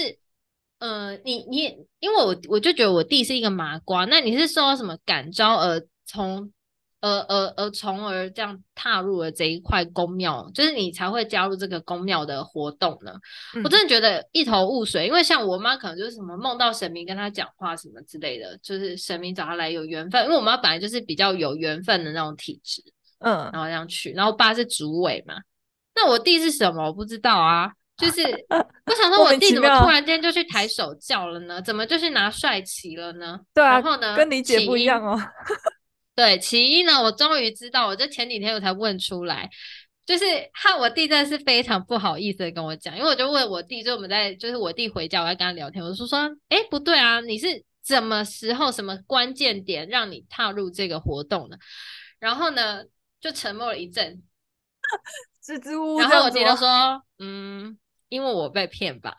因为我就觉得我弟是一个麻瓜，那你是受到什么感召而从从而这样踏入了这一块宫庙，就是你才会加入这个宫庙的活动呢？我真的觉得一头雾水，因为像我妈可能就是什么梦到神明跟她讲话什么之类的，就是神明找她来有缘分，因为我妈本来就是比较有缘分的那种体质，然后这样去，然后我爸是主委嘛，那我弟是什么我不知道啊，就是我想说我弟怎么突然间就去抬手教了呢？怎么就去拿帅旗了呢？ 对啊， 然后呢， 跟你姐不一样哦。 对，其一呢，我终于知道，我就前几天我才问出来，就是我弟真的是非常不好意思的跟我讲，因为我就问我弟，就我们在就是我弟回家我在跟他聊天，我就说，哎，不对啊，你是什么时候什么关键点让你踏入这个活动呢？然后呢，就沉默了一阵， 支支吾吾， 然后我弟就说，因为我被骗吧。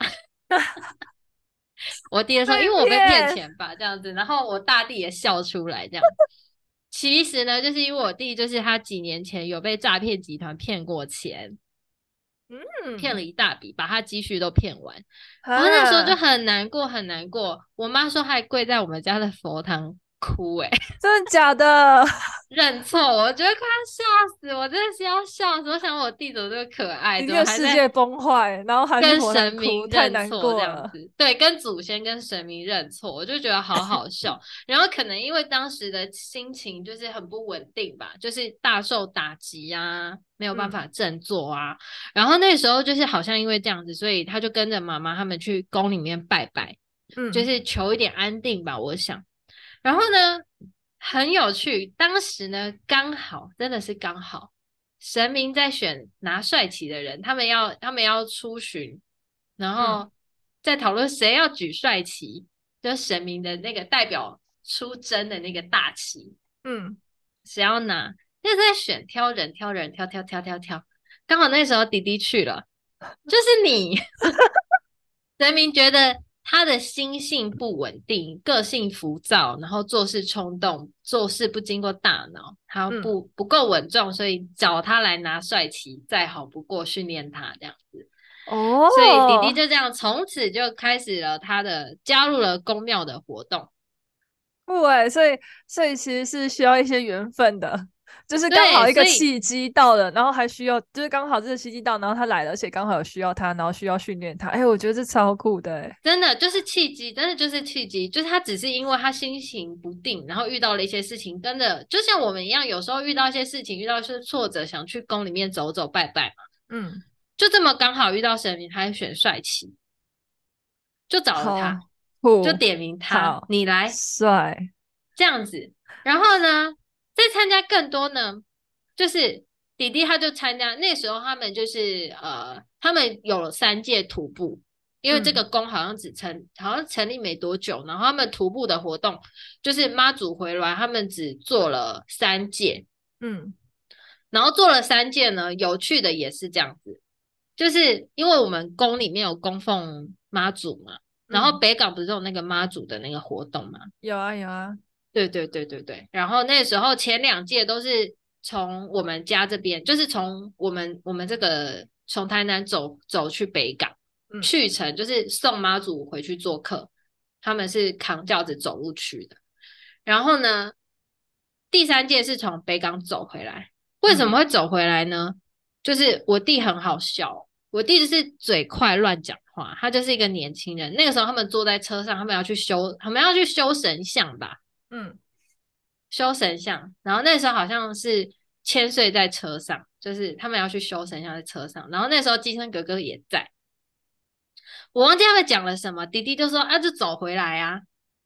我弟就说，因为我被骗钱吧，这样子，然后我大弟也笑出来，这样。其实呢，就是因为我弟就是他几年前有被诈骗集团骗过钱，骗了一大笔，把他积蓄都骗完，然后那时候就很难过，很难过。我妈说还跪在我们家的佛堂哭， 真的假的？ 认错，我觉得快要笑死，我真的是要笑死。我想我弟怎么这么可爱，怎么还世界崩坏，然后还跟神明认错这样子， 对，跟祖先跟神明认错，我就觉得好好笑。然后可能因为当时的心情就是很不稳定吧，就是大受打击啊，没有办法振作啊。然后那时候就是好像因为这样子，所以他就跟着妈妈他们去宫里面拜拜，就是求一点安定吧，我想。然后呢？很有趣，当时呢刚好真的是刚好，神明在选拿帅旗的人，他们要出巡，然后在讨论谁要举帅旗，就神明的那个代表出征的那个大旗，谁要拿，那在选挑人，挑，刚好那时候弟弟去了，就是你，神明觉得。他的心性不稳定，个性浮躁，然后做事冲动，做事不经过大脑，他不够稳重，所以找他来拿帅旗，再好不过训练他这样子。所以弟弟就这样从此就开始了他的加入了宫庙的活动。 对，所以其实是需要一些缘分的。就是刚好一个契机到了，然后还需要，就是刚好这个契机到，然后他来了，而且刚好有需要他，然后需要训练他。我觉得这超酷的， 真的就是契机，真的就是契机，就是他只是因为他心情不定，然后遇到了一些事情，跟着就像我们一样，有时候遇到一些事情，遇到一些挫折，想去宫里面走走拜拜嘛，就这么刚好遇到神明，他选帅气，就找了他，就点名他，你来帅这样子，然后呢？再参加更多呢，就是弟弟他就参加，那时候他们就是他们有3届徒步，因为这个宫好像好像成立没多久，然后他们徒步的活动就是妈祖回来，他们只做了3届，然后做了3届呢，有趣的也是这样子，就是因为我们宫里面有供奉妈祖嘛，然后北港不是有那个妈祖的那个活动吗？ 有啊有啊。 对，然后那时候前2届都是从我们家这边，就是从我们这个从台南走去北港，去程就是送妈祖回去做客，他们是扛轿子走路去的。然后呢，第3届是从北港走回来，为什么会走回来呢？就是我弟很好笑，我弟就是嘴快乱讲话，他就是一个年轻人。那个时候他们坐在车上，他们要去修神像吧。修神像，然后那时候好像是千岁在车上，就是他们要去修神像在车上，然后那时候鸡生哥哥也在，我忘记他们讲了什么，弟弟就说就走回来啊，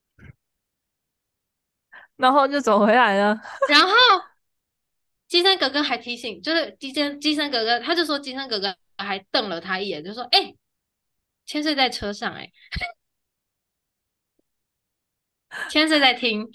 然后就走回来了， 然后鸡生哥哥还提醒，就是鸡生哥哥，他就说鸡生哥哥还瞪了他一眼，就说千岁在车上千岁在听。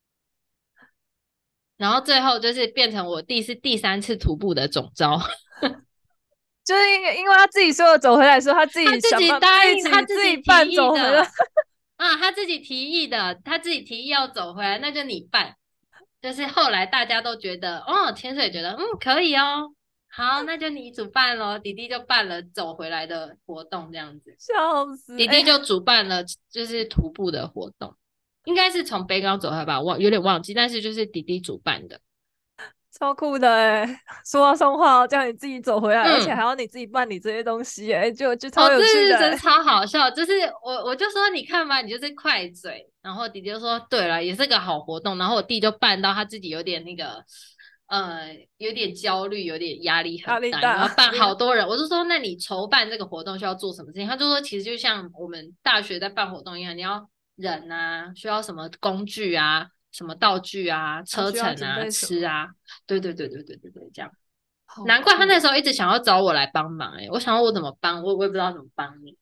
然后最后就是变成我弟是第3次徒步的总招， 就是因为他自己说的走回来的时候，他自己答应，他自己提议的他自己提议的，他自己提议要走回来，那就你办。就是后来大家都觉得，千岁觉得可以哦，好，那就你主办咯，弟弟就办了走回来的活动这样子， 笑死， 弟弟就主办了就是徒步的活动。应该是从北港走回来吧，有点忘记，但是就是弟弟主办的。 超酷的说话算话叫你自己走回来，而且还嗯。 要你自己办理这些东西就哦， 超有趣的这是真超好笑，就是我就说你看吧，你就是快嘴，然后弟弟就说对了，也是个好活动，然后我弟就办到他自己有点那个有点焦虑，有点压力压很大，因为力大， 要办好多人，我就说那你筹办这个活动需要做什么事情？他就说其实就像我们大学在办活动一样，你要人啊，需要什么工具啊，什么道具啊，车需要准程啊， 备什么， 吃啊，对对对对对对对，这样。 好难怪他那酷时候一直想要找我来帮忙我想要我怎么帮我也不知道怎么帮你。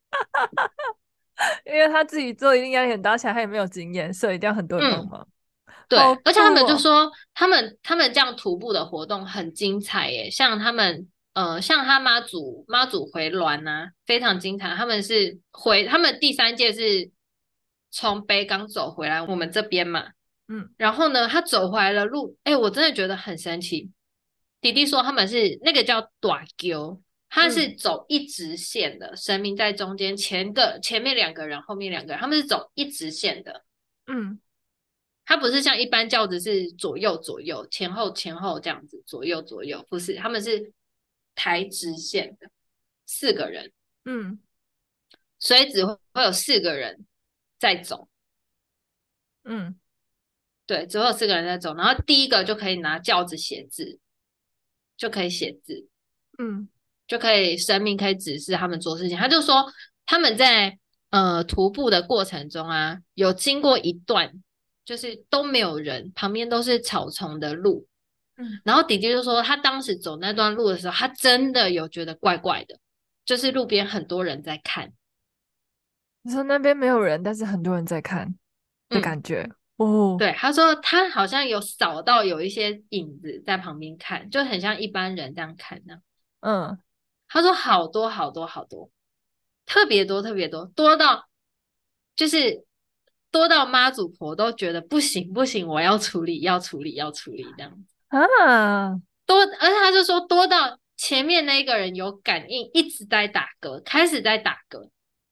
因为他自己做一定压力很大，而且他也没有经验，所以一定要很多人帮嗯， 忙。 对， 好而且他酷哦！ 们就说他们这样徒步的活动很精彩像他们像他妈祖回銮啊，非常精彩。他们第三届是从北港走回来我们这边嘛， 嗯然后呢，他走回来的路，我真的觉得很神奇。弟弟说他们是那个叫短沟，他是嗯走一直线的，神明在中间，前面两个人，后面两个人，他们是走一直线的。 嗯他不是像一般轿子是左右左右、前后前后这样子，左右左右，不是，他们是抬直线的，四个人， 嗯所以只会有四个人在走。 嗯对，只会有四个人在走，然后第一个就可以拿轿子写字，就可以写字， 嗯就可以神明可以指示他们做事情。他就说他们在徒步的过程中啊，有经过一段就是都没有人，旁边都是草丛的路。 嗯， 然后弟弟就说他当时走那段路的时候，他真的有觉得怪怪的，就是路边很多人在看。 你说那边没有人，但是很多人在看的嗯， 感觉哦。 对，他说他好像有扫到有一些影子在旁边看，就很像一般人这样看呢。 嗯， 他说好多好多好多，特别多特别多，多到就是多到妈祖婆都觉得不行不行，我要处理要处理要处理这样子啊， 多，而且他就说多到前面那个人有感应，一直在打嗝，开始在打嗝，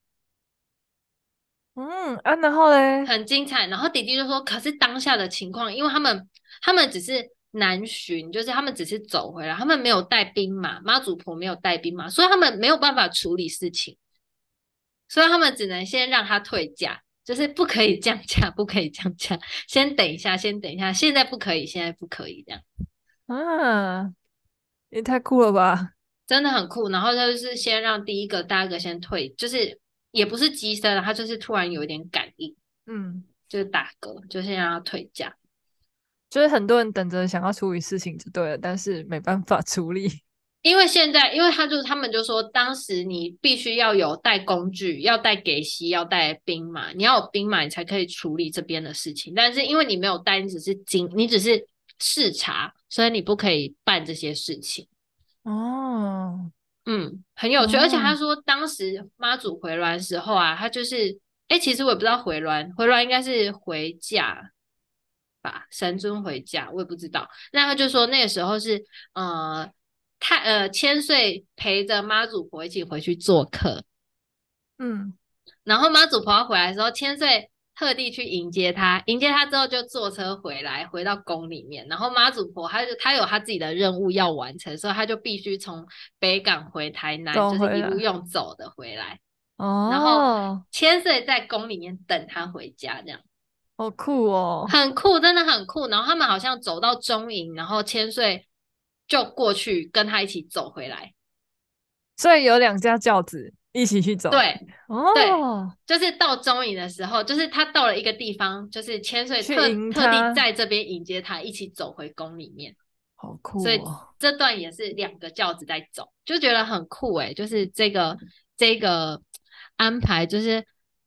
然后嘞， 很精彩。然后弟弟就说，可是当下的情况，因为他们只是南巡，就是他们只是走回来，他们没有带兵马，妈祖婆没有带兵马，所以他们没有办法处理事情。所以他们只能先让他退价，就是不可以降价，不可以降价，先等一下，先等一下，现在不可以，现在不可以，这样啊，也太酷了吧！ 真的很酷。然后他就是先让第一个、第二个先退，就是也不是机身，他就是突然有一点感应， 嗯， 就是打嗝，就先让他退价。 就是很多人等着想要处理事情就对了，但是没办法处理。 因为现在，因为他们就说，当时你必须要有带工具，要带给息，要带兵马，你要有兵马，你才可以处理这边的事情。但是因为你没有带，你只是视察，所以你不可以办这些事情。 哦很有趣。而且他哦， 说，当时妈祖回銮时候啊，他就是，其实我也不知道回銮应该是回驾吧，神尊回驾，我也不知道。那他就说那个时候是呃千岁陪着妈祖婆一起回去做客， 嗯， 然后妈祖婆要回来的时候，千岁特地去迎接他，迎接他之后就坐车回来，回到宫里面。然后妈祖婆他有他自己的任务要完成，所以他就必须从北港回台南，就是一路走回来。 用走的回来。然后哦， 千岁在宫里面等他回家，这样好酷哦！ 很酷，真的很酷。然后他们好像走到中营，然后千岁就过去跟他一起走回来。 所以有两架轿子一起去走。 对对， 哦， 就是到中营的时候，就是他到了一个地方，就是千岁去迎特地他， 在这边迎接他，一起走回宫里面。 好所以酷哦！ 这段也是两个轿子在走，就觉得很酷就是这个安排，就是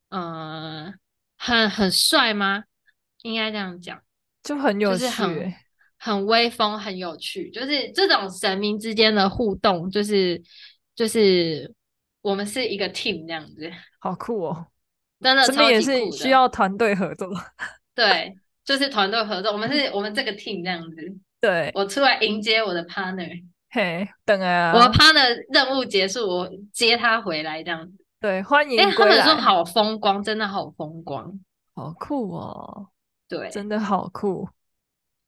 很帅吗？应该这样讲， 就很有就是趣诶， 很威风，很有趣，就是这种神明之间的互动，就是我们是一个 team 这样子， 好酷哦！ 真的超级身边也是酷的。 需要团队合作。 对，就是团队合作，我们这个 team 这样子， 对， 我出来迎接我的 partner， 嘿，等我的啊， partner 任务结束，我接他回来这样子。 对，欢迎他们说归来， 好风光，真的好风光。 好酷哦，真对， 的好酷。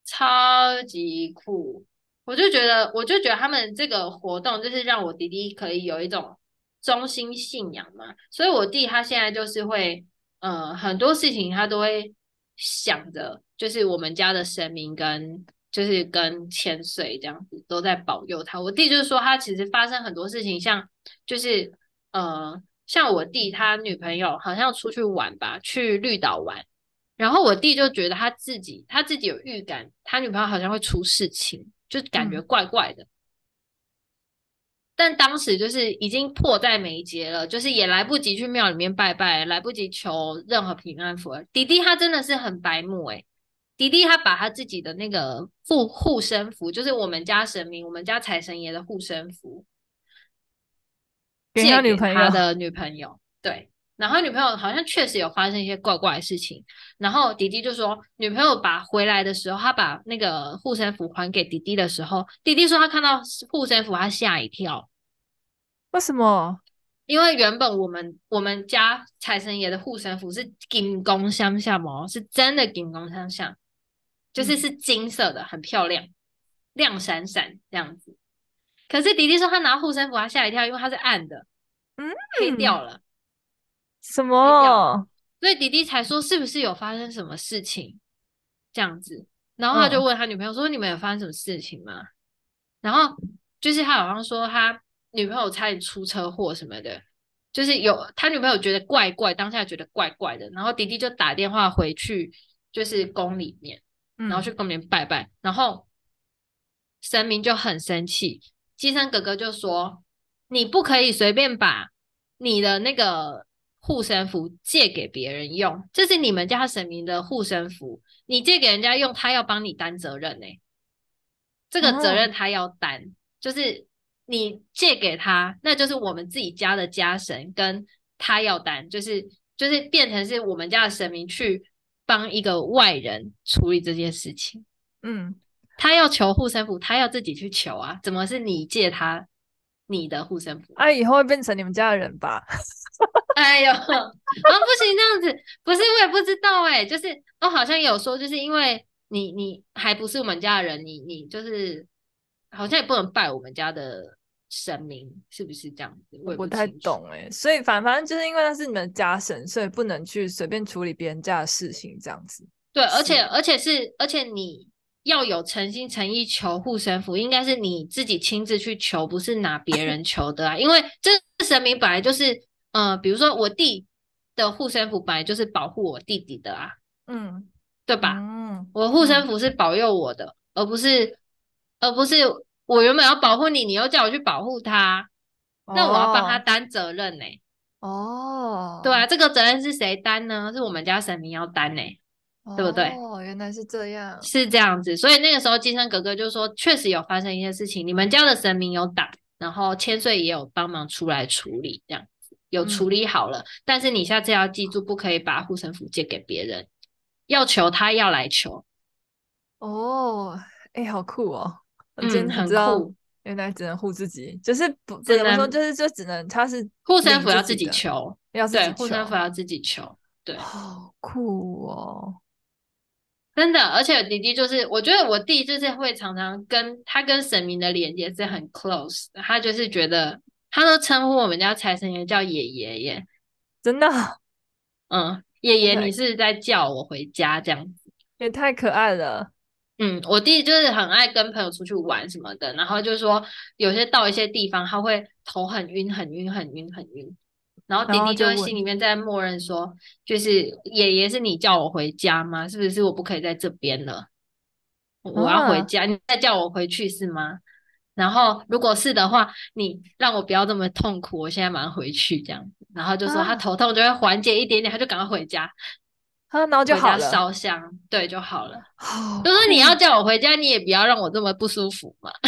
超级酷。我就觉得他们这个活动就是让我弟弟可以有一种中心信仰嘛，所以我弟他现在就是会，很多事情他都会想着，就是我们家的神明跟千岁这样子都在保佑他。我弟就是说，他其实发生很多事情，像就是像我弟他女朋友好像出去玩吧，去绿岛玩。然后我弟就觉得他自己有预感，他女朋友好像会出事情，就感觉嗯怪怪的。但当时就是已经迫在眉睫了，就是也来不及去庙里面拜拜，来不及求任何平安符了。弟弟他真的是很白目诶，弟弟他把他自己的那个护身符，就是我们家神明、我们家财神爷的护身符， 给他借给女朋友。 他的女朋友。对，然后女朋友好像确实有发生一些怪怪的事情，然后弟弟就说，女朋友回来的时候，他把那个护身符还给弟弟的时候，弟弟说他看到护身符，他吓一跳。 为什么？ 因为原本我们家财神爷的护身符是金光相向哦，是真的金光相向，就是嗯是金色的，很漂亮，亮闪闪这样子。可是弟弟说他拿护身符，他吓一跳，因为它是暗的，黑嗯， 掉了， 什黑掉了， 么？ 所以弟弟才说是不是有发生什么事情这样子。然后他就嗯问他女朋友说：“你们有发生什么事情吗？”然后就是他好像说他女朋友差点出车祸什么的，就是有他女朋友觉得怪怪，当下觉得怪怪的，然后弟弟就打电话回去，就是宫里面，然后去嗯， 宫里面拜拜，然后神明就很生气，鸡生哥哥就说你不可以随便把你的那个护身符借给别人用，这是你们家神明的护身符，你借给人家用，他要帮你担责任呢、这个责哦任他要担，就是你借给他，那就是我们自己家的家神，跟他要担，就是变成是我们家的神明去帮一个外人处理这件事情。 嗯， 他要求护身符，他要自己去求啊，怎么是你借他你的护身符？ 啊，以后会变成你们家的人吧？ 哎呦，啊不行这样子，不是我也不知道哎、就是好像有说，就是因为你还不是我们家的人，你就是好像也不能拜我们家的神明，是不是这样子？我也不我不太清楚。 懂哎，所以反正就是因为那是你们的家神，所以不能去随便处理别人家的事情，这样子。 对，而且是， 而且是而且你要有诚心诚意求护身符，应该是你自己亲自去求，不是拿别人求的啊。因为这神明本来就是，比如说我弟的护身符本来就是保护我弟弟的啊， 嗯对吧？ 嗯我护身嗯， 符是保佑我的，而不是我原本要保护你，你又叫我去保护他，那我要帮他哦担责任呢、对啊， 哦这个责任是谁担呢？是我们家神明要担呢、对不对？ 哦，原来是这样。 是这样子，所以那个时候金生哥哥就说，确实有发生一些事情，你们家的神明有打，然后千岁也有帮忙出来处理，这样子有处嗯， 理好了。但是你下次要记住，不可以把护身符借给别人，要求他要来求。 哦，哎，好酷哦！我今天嗯， 才知道， 很酷， 原来只能护自己，就是不怎么说， 真的， 就只能他是护身领符要自己自己的， 求， 要自对， 己求。 护身符要自己求，对。 好酷哦！ 真的，而且弟弟就是，我觉得我弟就是会常常跟神明的连接是很 close 的，他就是觉得他都称呼我们家财神爷叫爷爷耶， 真的爷爷你也太是在叫我回家这样子， 也太可爱了。 我弟就是很爱跟朋友出去玩什么的，然后就说有些到一些地方他会头很晕很晕很晕很晕，然后然弟弟就在心后就问， 里面在默认说，就是爷爷是你叫我回家吗？是不是我不可以在这边了？我要回啊家，你再叫我回去是吗？然后如果是的话，你让我不要这么痛苦，我现在马上回去这样子。然后就说他啊头痛就会缓解一点点，他就赶快回家， 啊，然后就回家好了， 烧香，对就好了。 好就说你要酷。 叫我回家，你也不要让我这么不舒服嘛，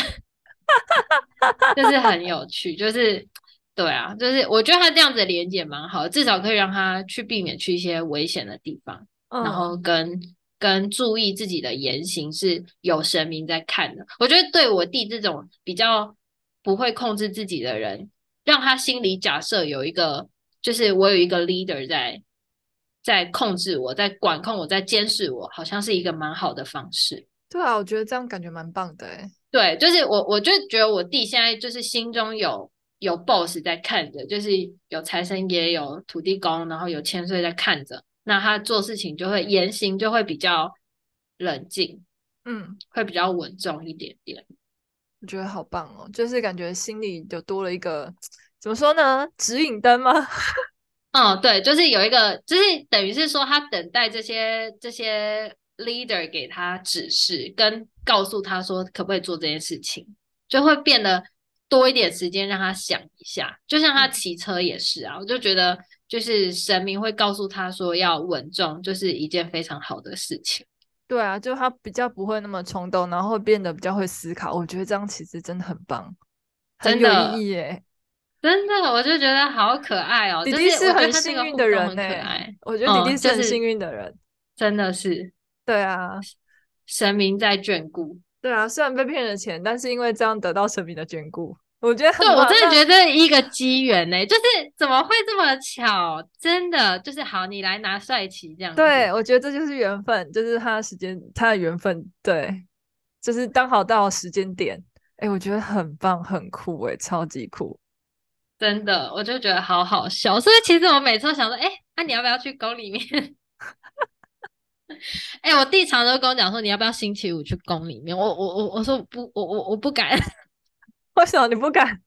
就是很有趣，就是对啊，就是我觉得他这样子的连接蛮好的，至少可以让他去避免去一些危险的地方，然后嗯跟注意自己的言行是有神明在看的。我觉得对我弟这种比较不会控制自己的人，让他心里假设有一个，就是我有一个 leader 在控制我，在管控我，在监视我，好像是一个蛮好的方式。 对啊，我觉得这样感觉蛮棒的欸。 对，就是我就觉得我弟现在就是心中有 boss 在看着，就是有财神爷，有土地公，然后有千岁在看着，那他做事情就会言行就会比较冷静， 嗯， 会比较稳重一点点。 我觉得好棒哦，就是感觉心里就多了一个，怎么说呢，指引灯吗？ 嗯，对，就是有一个，就是等于是说他等待这些 leader 给他指示，跟告诉他说可不可以做这件事情，就会变得多一点时间让他想一下。就像他嗯， 骑车也是啊，我就觉得就是神明会告诉他说要稳重，就是一件非常好的事情。 对啊，就他比较不会那么冲动，然后会变得比较会思考。我觉得这样其实真的很棒，很有意真的， 义耶。 真的，我就觉得好可爱哦， 弟就是弟是很我觉得他这幸运的个互动很人呢， 可爱。 我觉得弟弟嗯， 是很幸就是运的人。 真的是对啊， 神明在眷顾。 对啊，虽然被骗了钱，但是因为这样得到神明的眷顾，我觉得对， 很棒。这样我真的觉得一个机缘呢，就是怎么会这么巧？真的就是好，你来拿帅旗这样子， 对，我觉得这就是缘分，就是他的时间，他的缘分，对，就是刚好到时间点。哎，我觉得很棒，很酷，哎，超级酷。 真的，我就觉得好好笑。所以其实我每次都想说，哎，那、你要不要去宫里面？哎，我弟常都跟我讲说，你要不要星期五去宫里面？我说不，我不敢。 为什么你不敢？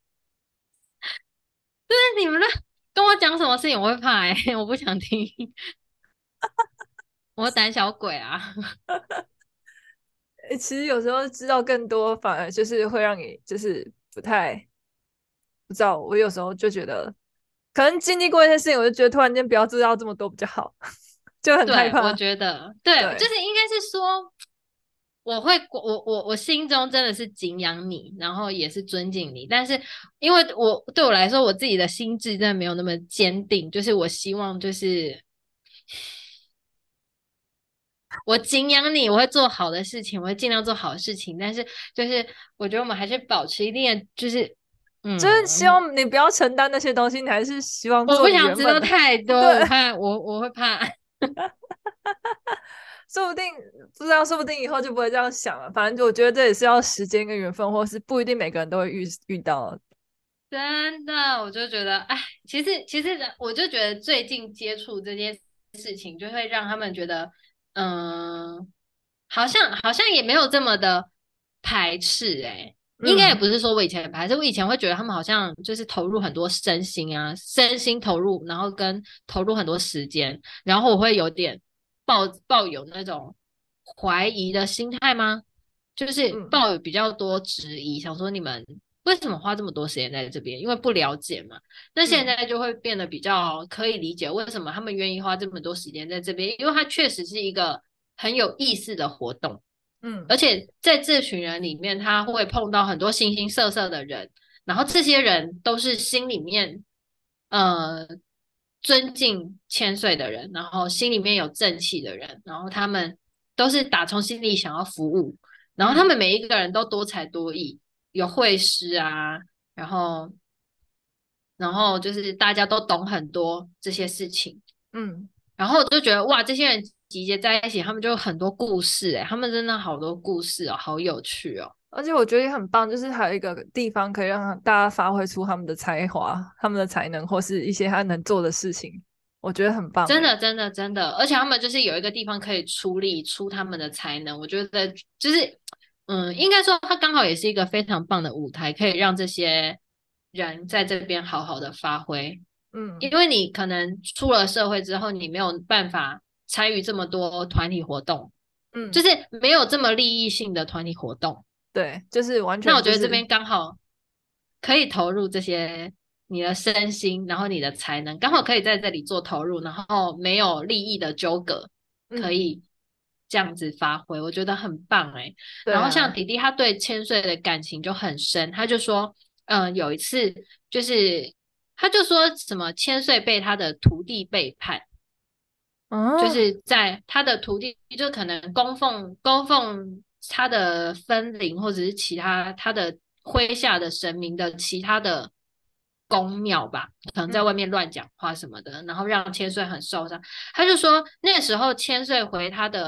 那你们跟我讲什么事情，我会怕哎、我不想听，我胆小鬼啊。 诶其实有时候知道更多，反而就是会让你就是不知道。我有时候就觉得，可能经历过一些事情，我就觉得突然间不要知道这么多比较好，就很害对，我怕。 觉得，对，就对， 是应该是说，我心中真的是敬仰你，然后也是尊敬你，但是因为对我来说，我自己的心智真的没有那么坚定，就是我希望就是我敬仰你，我会做好的事情，我会尽量做好的事情，但是就是我觉得我们还是保持一定的，就是就是希嗯， 望你不要承担那些东西，你还是希望我不做你想知道原本的。 太多，我对， 怕我会怕。 说不定不知道，说不定以后就不会这样想了。反正就我觉得这也是要时间跟缘分，或是不一定每个人都会遇到。 真的，我就觉得，哎，其实我就觉得最近接触这件事情，就会让他们觉得，嗯，好像也没有这么的排斥，哎，应该也嗯不是说我以前排斥，我以前会觉得他们好像就是投入很多身心啊，身心投入，然后跟投入很多时间，然后我会有点抱有那种怀疑的心态吗？就是嗯抱有比较多质疑，想说你们为什么花这么多时间在这边？因为不了解嘛。那现嗯在就会变得比较可以理解为什么他们愿意花这么多时间在这边，因为它确实是一个很有意思的活动， 嗯而且在这群人里面，他会碰到很多形形色色的人，然后这些人都是心里面呃尊敬千岁的人，然后心里面有正气的人，然后他们都是打从心里想要服务。然后他嗯们每一个人都多才多艺，有会师啊，然后就是大家都懂很多这些事情， 嗯。 然后我就觉得哇，这些人集结在一起，他们就有很多故事诶，他们真的好多故事哦，好有趣哦， 而且我觉得也很棒，就是还有一个地方可以让大家发挥出他们的才华、他们的才能，或是一些他能做的事情，我觉得很棒诶。 真的真的真的，而且他们就是有一个地方可以出他们的才能，我觉得就是应该说他刚好也是一个非常棒的舞台，可以让这些人在这边好好的发挥。因嗯为你可能出了社会之后，你没有办法参与这么多团体活动，就嗯， 是没有这么利益性的团体活动。 对，就是完那我全就是觉得这边刚好可以投入这些你的身心，然后你的才能，刚好可以在这里做投入，然后没有利益的纠葛，可嗯， 以这样子发挥，我觉得很棒诶。然后像对啊， 弟弟，他对千岁的感情就很深，他就说，有一次就是他就说什么千岁被他的徒弟背叛。就嗯是在他的徒弟，就可能供奉他的分灵，或者是其他他的麾下的神明的其他的宫庙吧，可能在外嗯面乱讲话什么的，然后让千岁很受伤。他就说那时候千岁回他的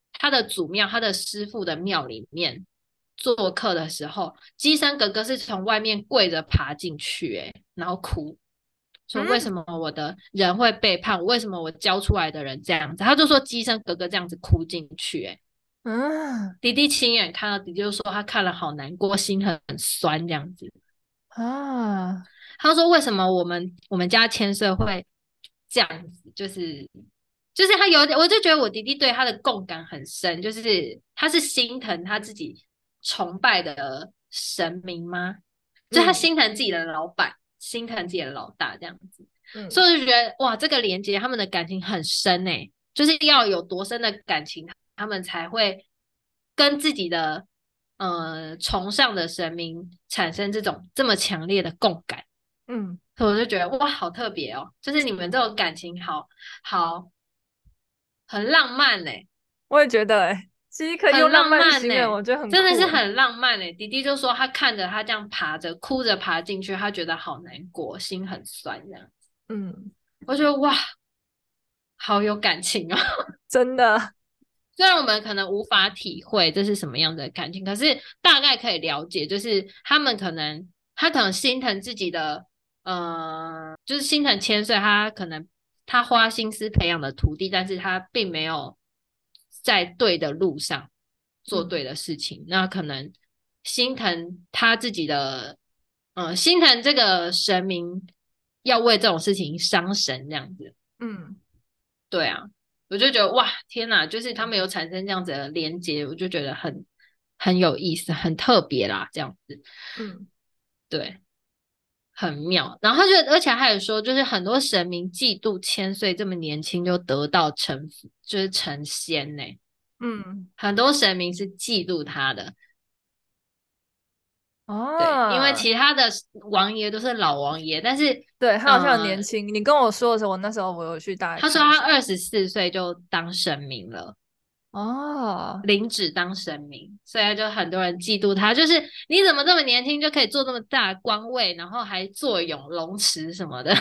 他的祖庙，他的师傅的庙里面做客的时候，鸡生哥哥是从外面跪着爬进去，然后哭，说为什么我的人会背叛我？为什么我教出来的人这样子？他就说鸡生哥哥这样子哭进去，弟弟亲眼看到，弟弟就说他看了好难过，心很酸这样子啊。 他说为什么我们家千岁会这样子，就是他有点，我就觉得我弟弟对他的共感很深，就是他是心疼他自己崇拜的神明吗？就他心疼自己的老板，心疼自己的老大这样子，所以我就觉得哇，这个连接他们的感情很深就是要有多深的感情，他们才会跟自己的崇尚的神明产生这种这么强烈的共感。所以我就觉得哇，好特别哦，就是你们这种感情好很浪漫我也觉得其实可以用浪漫形容，我觉得很酷真的是很浪漫弟弟就说他看着他这样爬着哭着爬进去，他觉得好难过，心很酸这样子。我觉得哇，好有感情哦， 真的。 虽然我们可能无法体会这是什么样的感情，可是大概可以了解，就是他可能心疼自己的，就是心疼千岁，他花心思培养的徒弟，但是他并没有在对的路上做对的事情，那可能心疼他自己的，心疼这个神明要为这种事情伤神这样子。对啊。我就觉得哇，天哪！就是他们有产生这样子的连接，我就觉得很有意思，很特别啦，这样子。对，很妙。然后而且还有说，就是很多神明嫉妒千岁这么年轻就得到就是成仙呢。很多神明是嫉妒他的。对，因为其他的王爷都是老王爷，但是对他好像很年轻。你跟我说的时候，那时候我有去大概他说他24岁就当神明了，领旨当神明，所以就很多人嫉妒他，就是你怎么这么年轻就可以做这么大的官位，然后还坐拥龙池什么的，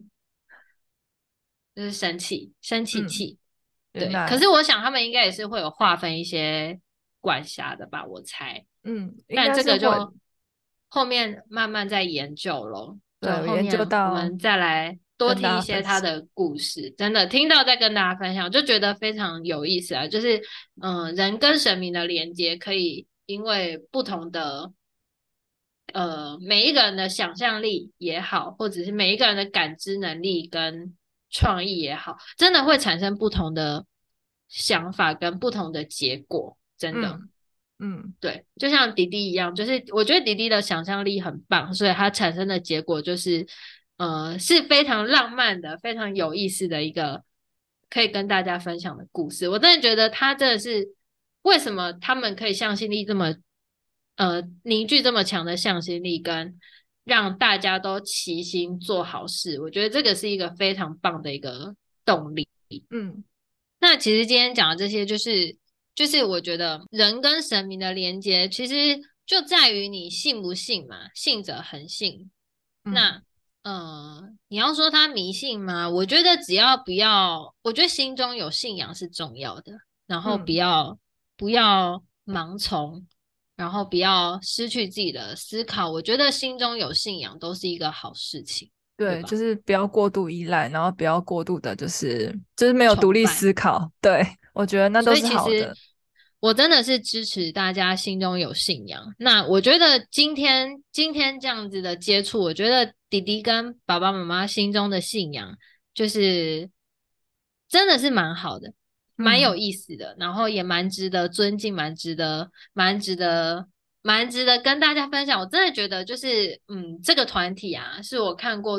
就是生气。对，可是我想他们应该也是会有划分一些管辖的吧，我猜。但这个就后面慢慢在研究咯，就后面我们再来多听一些他的故事，真的听到再跟大家分享，就觉得非常有意思啊！就是人跟神明的连接可以因为不同的每一个人的想象力也好，或者是每一个人的感知能力跟创意也好，真的会产生不同的想法跟不同的结果，真的。对，就像迪迪一样，就是我觉得迪迪的想象力很棒，所以他产生的结果就是是非常浪漫的、非常有意思的一个可以跟大家分享的故事。我真的觉得他真的是为什么他们可以向心力这么凝聚这么强的向心力，跟让大家都齐心做好事，我觉得这个是一个非常棒的一个动力。那其实今天讲的这些，就是我觉得人跟神明的连接，其实就在于你信不信嘛，信者恒信。那你要说他迷信吗？我觉得只要不要，我觉得心中有信仰是重要的，然后不要盲从，然后不要失去自己的思考。我觉得心中有信仰都是一个好事情。 对，就是不要过度依赖，然后不要过度的，就是没有独立思考。对，我觉得那都是好的。 我真的是支持大家心中有信仰。那我觉得今天这样子的接触，我觉得弟弟跟爸爸妈妈心中的信仰，就是真的是蛮好的，蛮有意思的，然后也蛮值得尊敬，蛮值得跟大家分享。我真的觉得就是这个团体啊，是我看过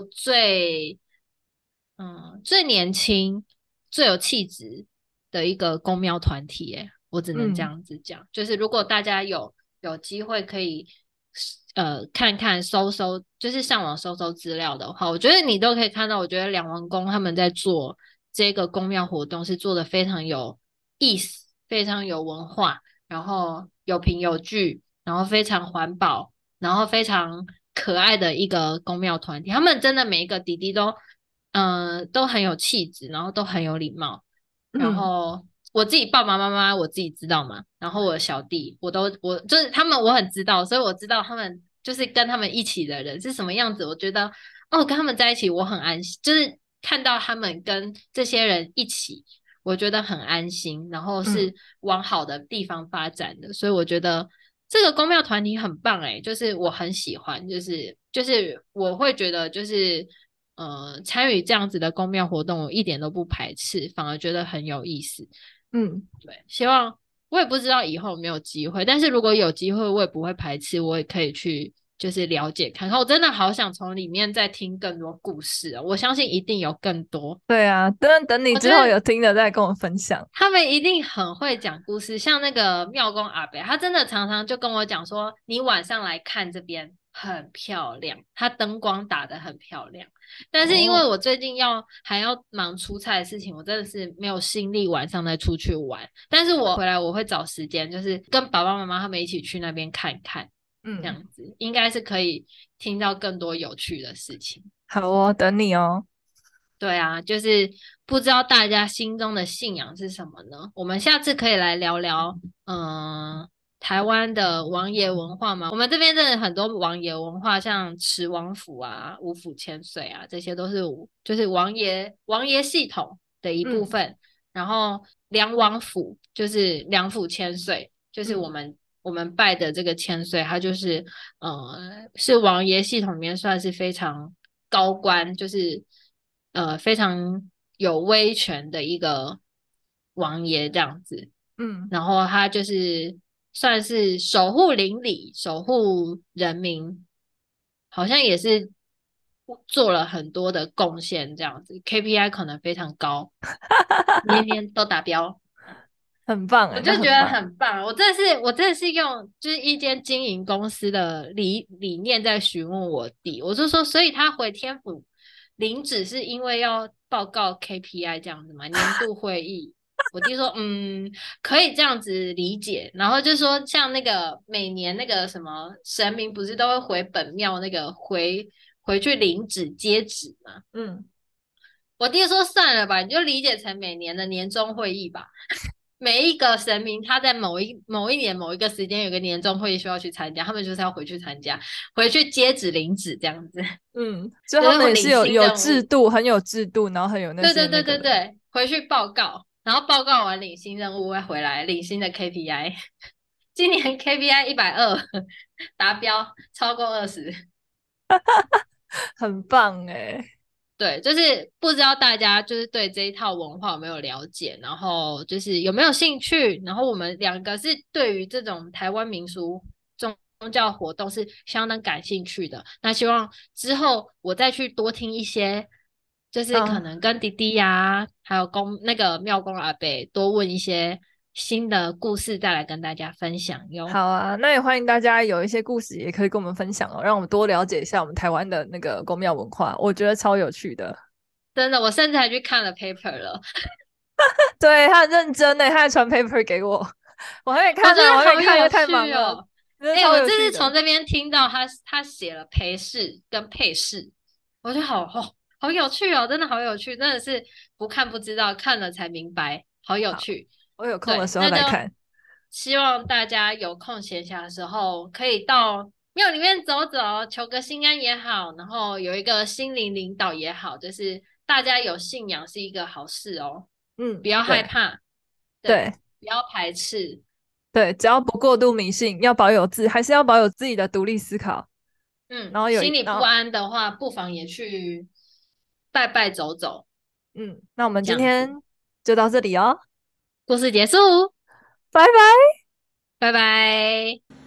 最年轻、最有气质的一个公庙团体耶。我只能这样子讲，就是如果大家有机会可以看看就是上网搜资料的话，我觉得你都可以看到，我觉得两王宫他们在做这个公庙活动是做的非常有意思，非常有文化，然后有凭有据，然后非常环保，然后非常可爱的一个公庙团体。他们真的每一个弟弟都很有气质，然后都很有礼貌，然后我自己爸爸妈妈我自己知道嘛，然后我的小弟我就是他们我很知道，所以我知道他们就是跟他们一起的人是什么样子。我觉得哦，跟他们在一起我很安心，就是看到他们跟这些人一起，我觉得很安心，然后是往好的地方发展的，所以我觉得这个公庙团体很棒诶，就是我很喜欢，就是我会觉得就是参与这样子的公庙活动，我一点都不排斥，反而觉得很有意思。对，希望我也不知道以后有没有机会，但是如果有机会，我也不会排斥，我也可以去就是了解看看。我真的好想从里面再听更多故事哦，我相信一定有更多。 对啊，等你之后有听的再跟我分享。 他们一定很会讲故事，像那个庙公阿伯，他真的常常就跟我讲说，你晚上来看这边很漂亮，他灯光打得很漂亮。但是因为我最近还要忙出差的事情，我真的是没有心力晚上再出去玩。但是我回来我会找时间，就是跟爸爸妈妈他们一起去那边看看，这样子应该是可以听到更多有趣的事情。 好哦，等你哦。 对啊，就是不知道大家心中的信仰是什么呢？我们下次可以来聊聊，台湾的王爷文化嘛。我们这边真的很多王爷文化，像持王府啊、五府千岁啊，这些都是就是王爷系统的一部分。然后梁王府就是梁府千岁，就是我们拜的这个千岁，他就是是王爷系统里面算是非常高官，就是非常有威权的一个王爷这样子。然后他就是算是守护邻里、守护人民，好像也是做了很多的贡献这样子，KPI 可能非常高，年年都达标。 很棒我哎， 就觉得那很棒。 很棒，我真的是用就是一间经营公司的理念在询问我弟，我就说，所以他回天府领旨是因为要报告 KPI 这样子嘛，年度会议。我弟说，可以这样子理解，然后就说像那个每年那个什么神明不是都会回本庙那个回去领旨接旨嘛，我弟说算了吧，你就理解成每年的年终会议吧。每一个神明他在某一年某一个时间有个年终会议需要去参加，他们就是要回去参加，回去接旨领旨这样子。 所以他们也是就是有制度，很有制度，然后很有那对对对些那个的。 对对，回去报告，然后报告完领新任务再回来领新的 KPI。今年 KPI 120达标，超过20。 很棒哎。 对，就是不知道大家就是对这一套文化有没有了解，然后就是有没有兴趣，然后我们两个是对于这种台湾民俗宗教活动是相当感兴趣的。那希望之后我再去多听一些，就是可能跟弟弟呀、还有那个庙公阿伯多问一些新的故事，再来跟大家分享哟。 好啊，那也欢迎大家有一些故事也可以跟我们分享哦，让我们多了解一下我们台湾的那个宫庙文化，我觉得超有趣的。 真的，我甚至还去看了 paper 了。 对，他很认真呢，他还传 paper 给我，我还没我觉看呢，我还没看，因得好有为太忙了。 趣哦！我真的超有这是从趣的。 这边听到他写了陪侍跟配饰，我觉得好有趣哦，真的好有趣，真的是不看不知道，看了才明白，好有好， 趣。 我有空的对， 时候那就来看。 希望大家有空闲暇的时候，可以到庙里面走走，求个心安也好，然后有一个心灵领导也好，就是大家有信仰是一个好事哦，不要害对怕，对， 对不要排斥。 对，只要不过度迷信，要保有还是要保有自己的独立思考。然后心里不然后安的话，不妨也去拜拜走走， 那我们这样子。 今天就到这里哦， 故事结束， 拜拜。 拜拜。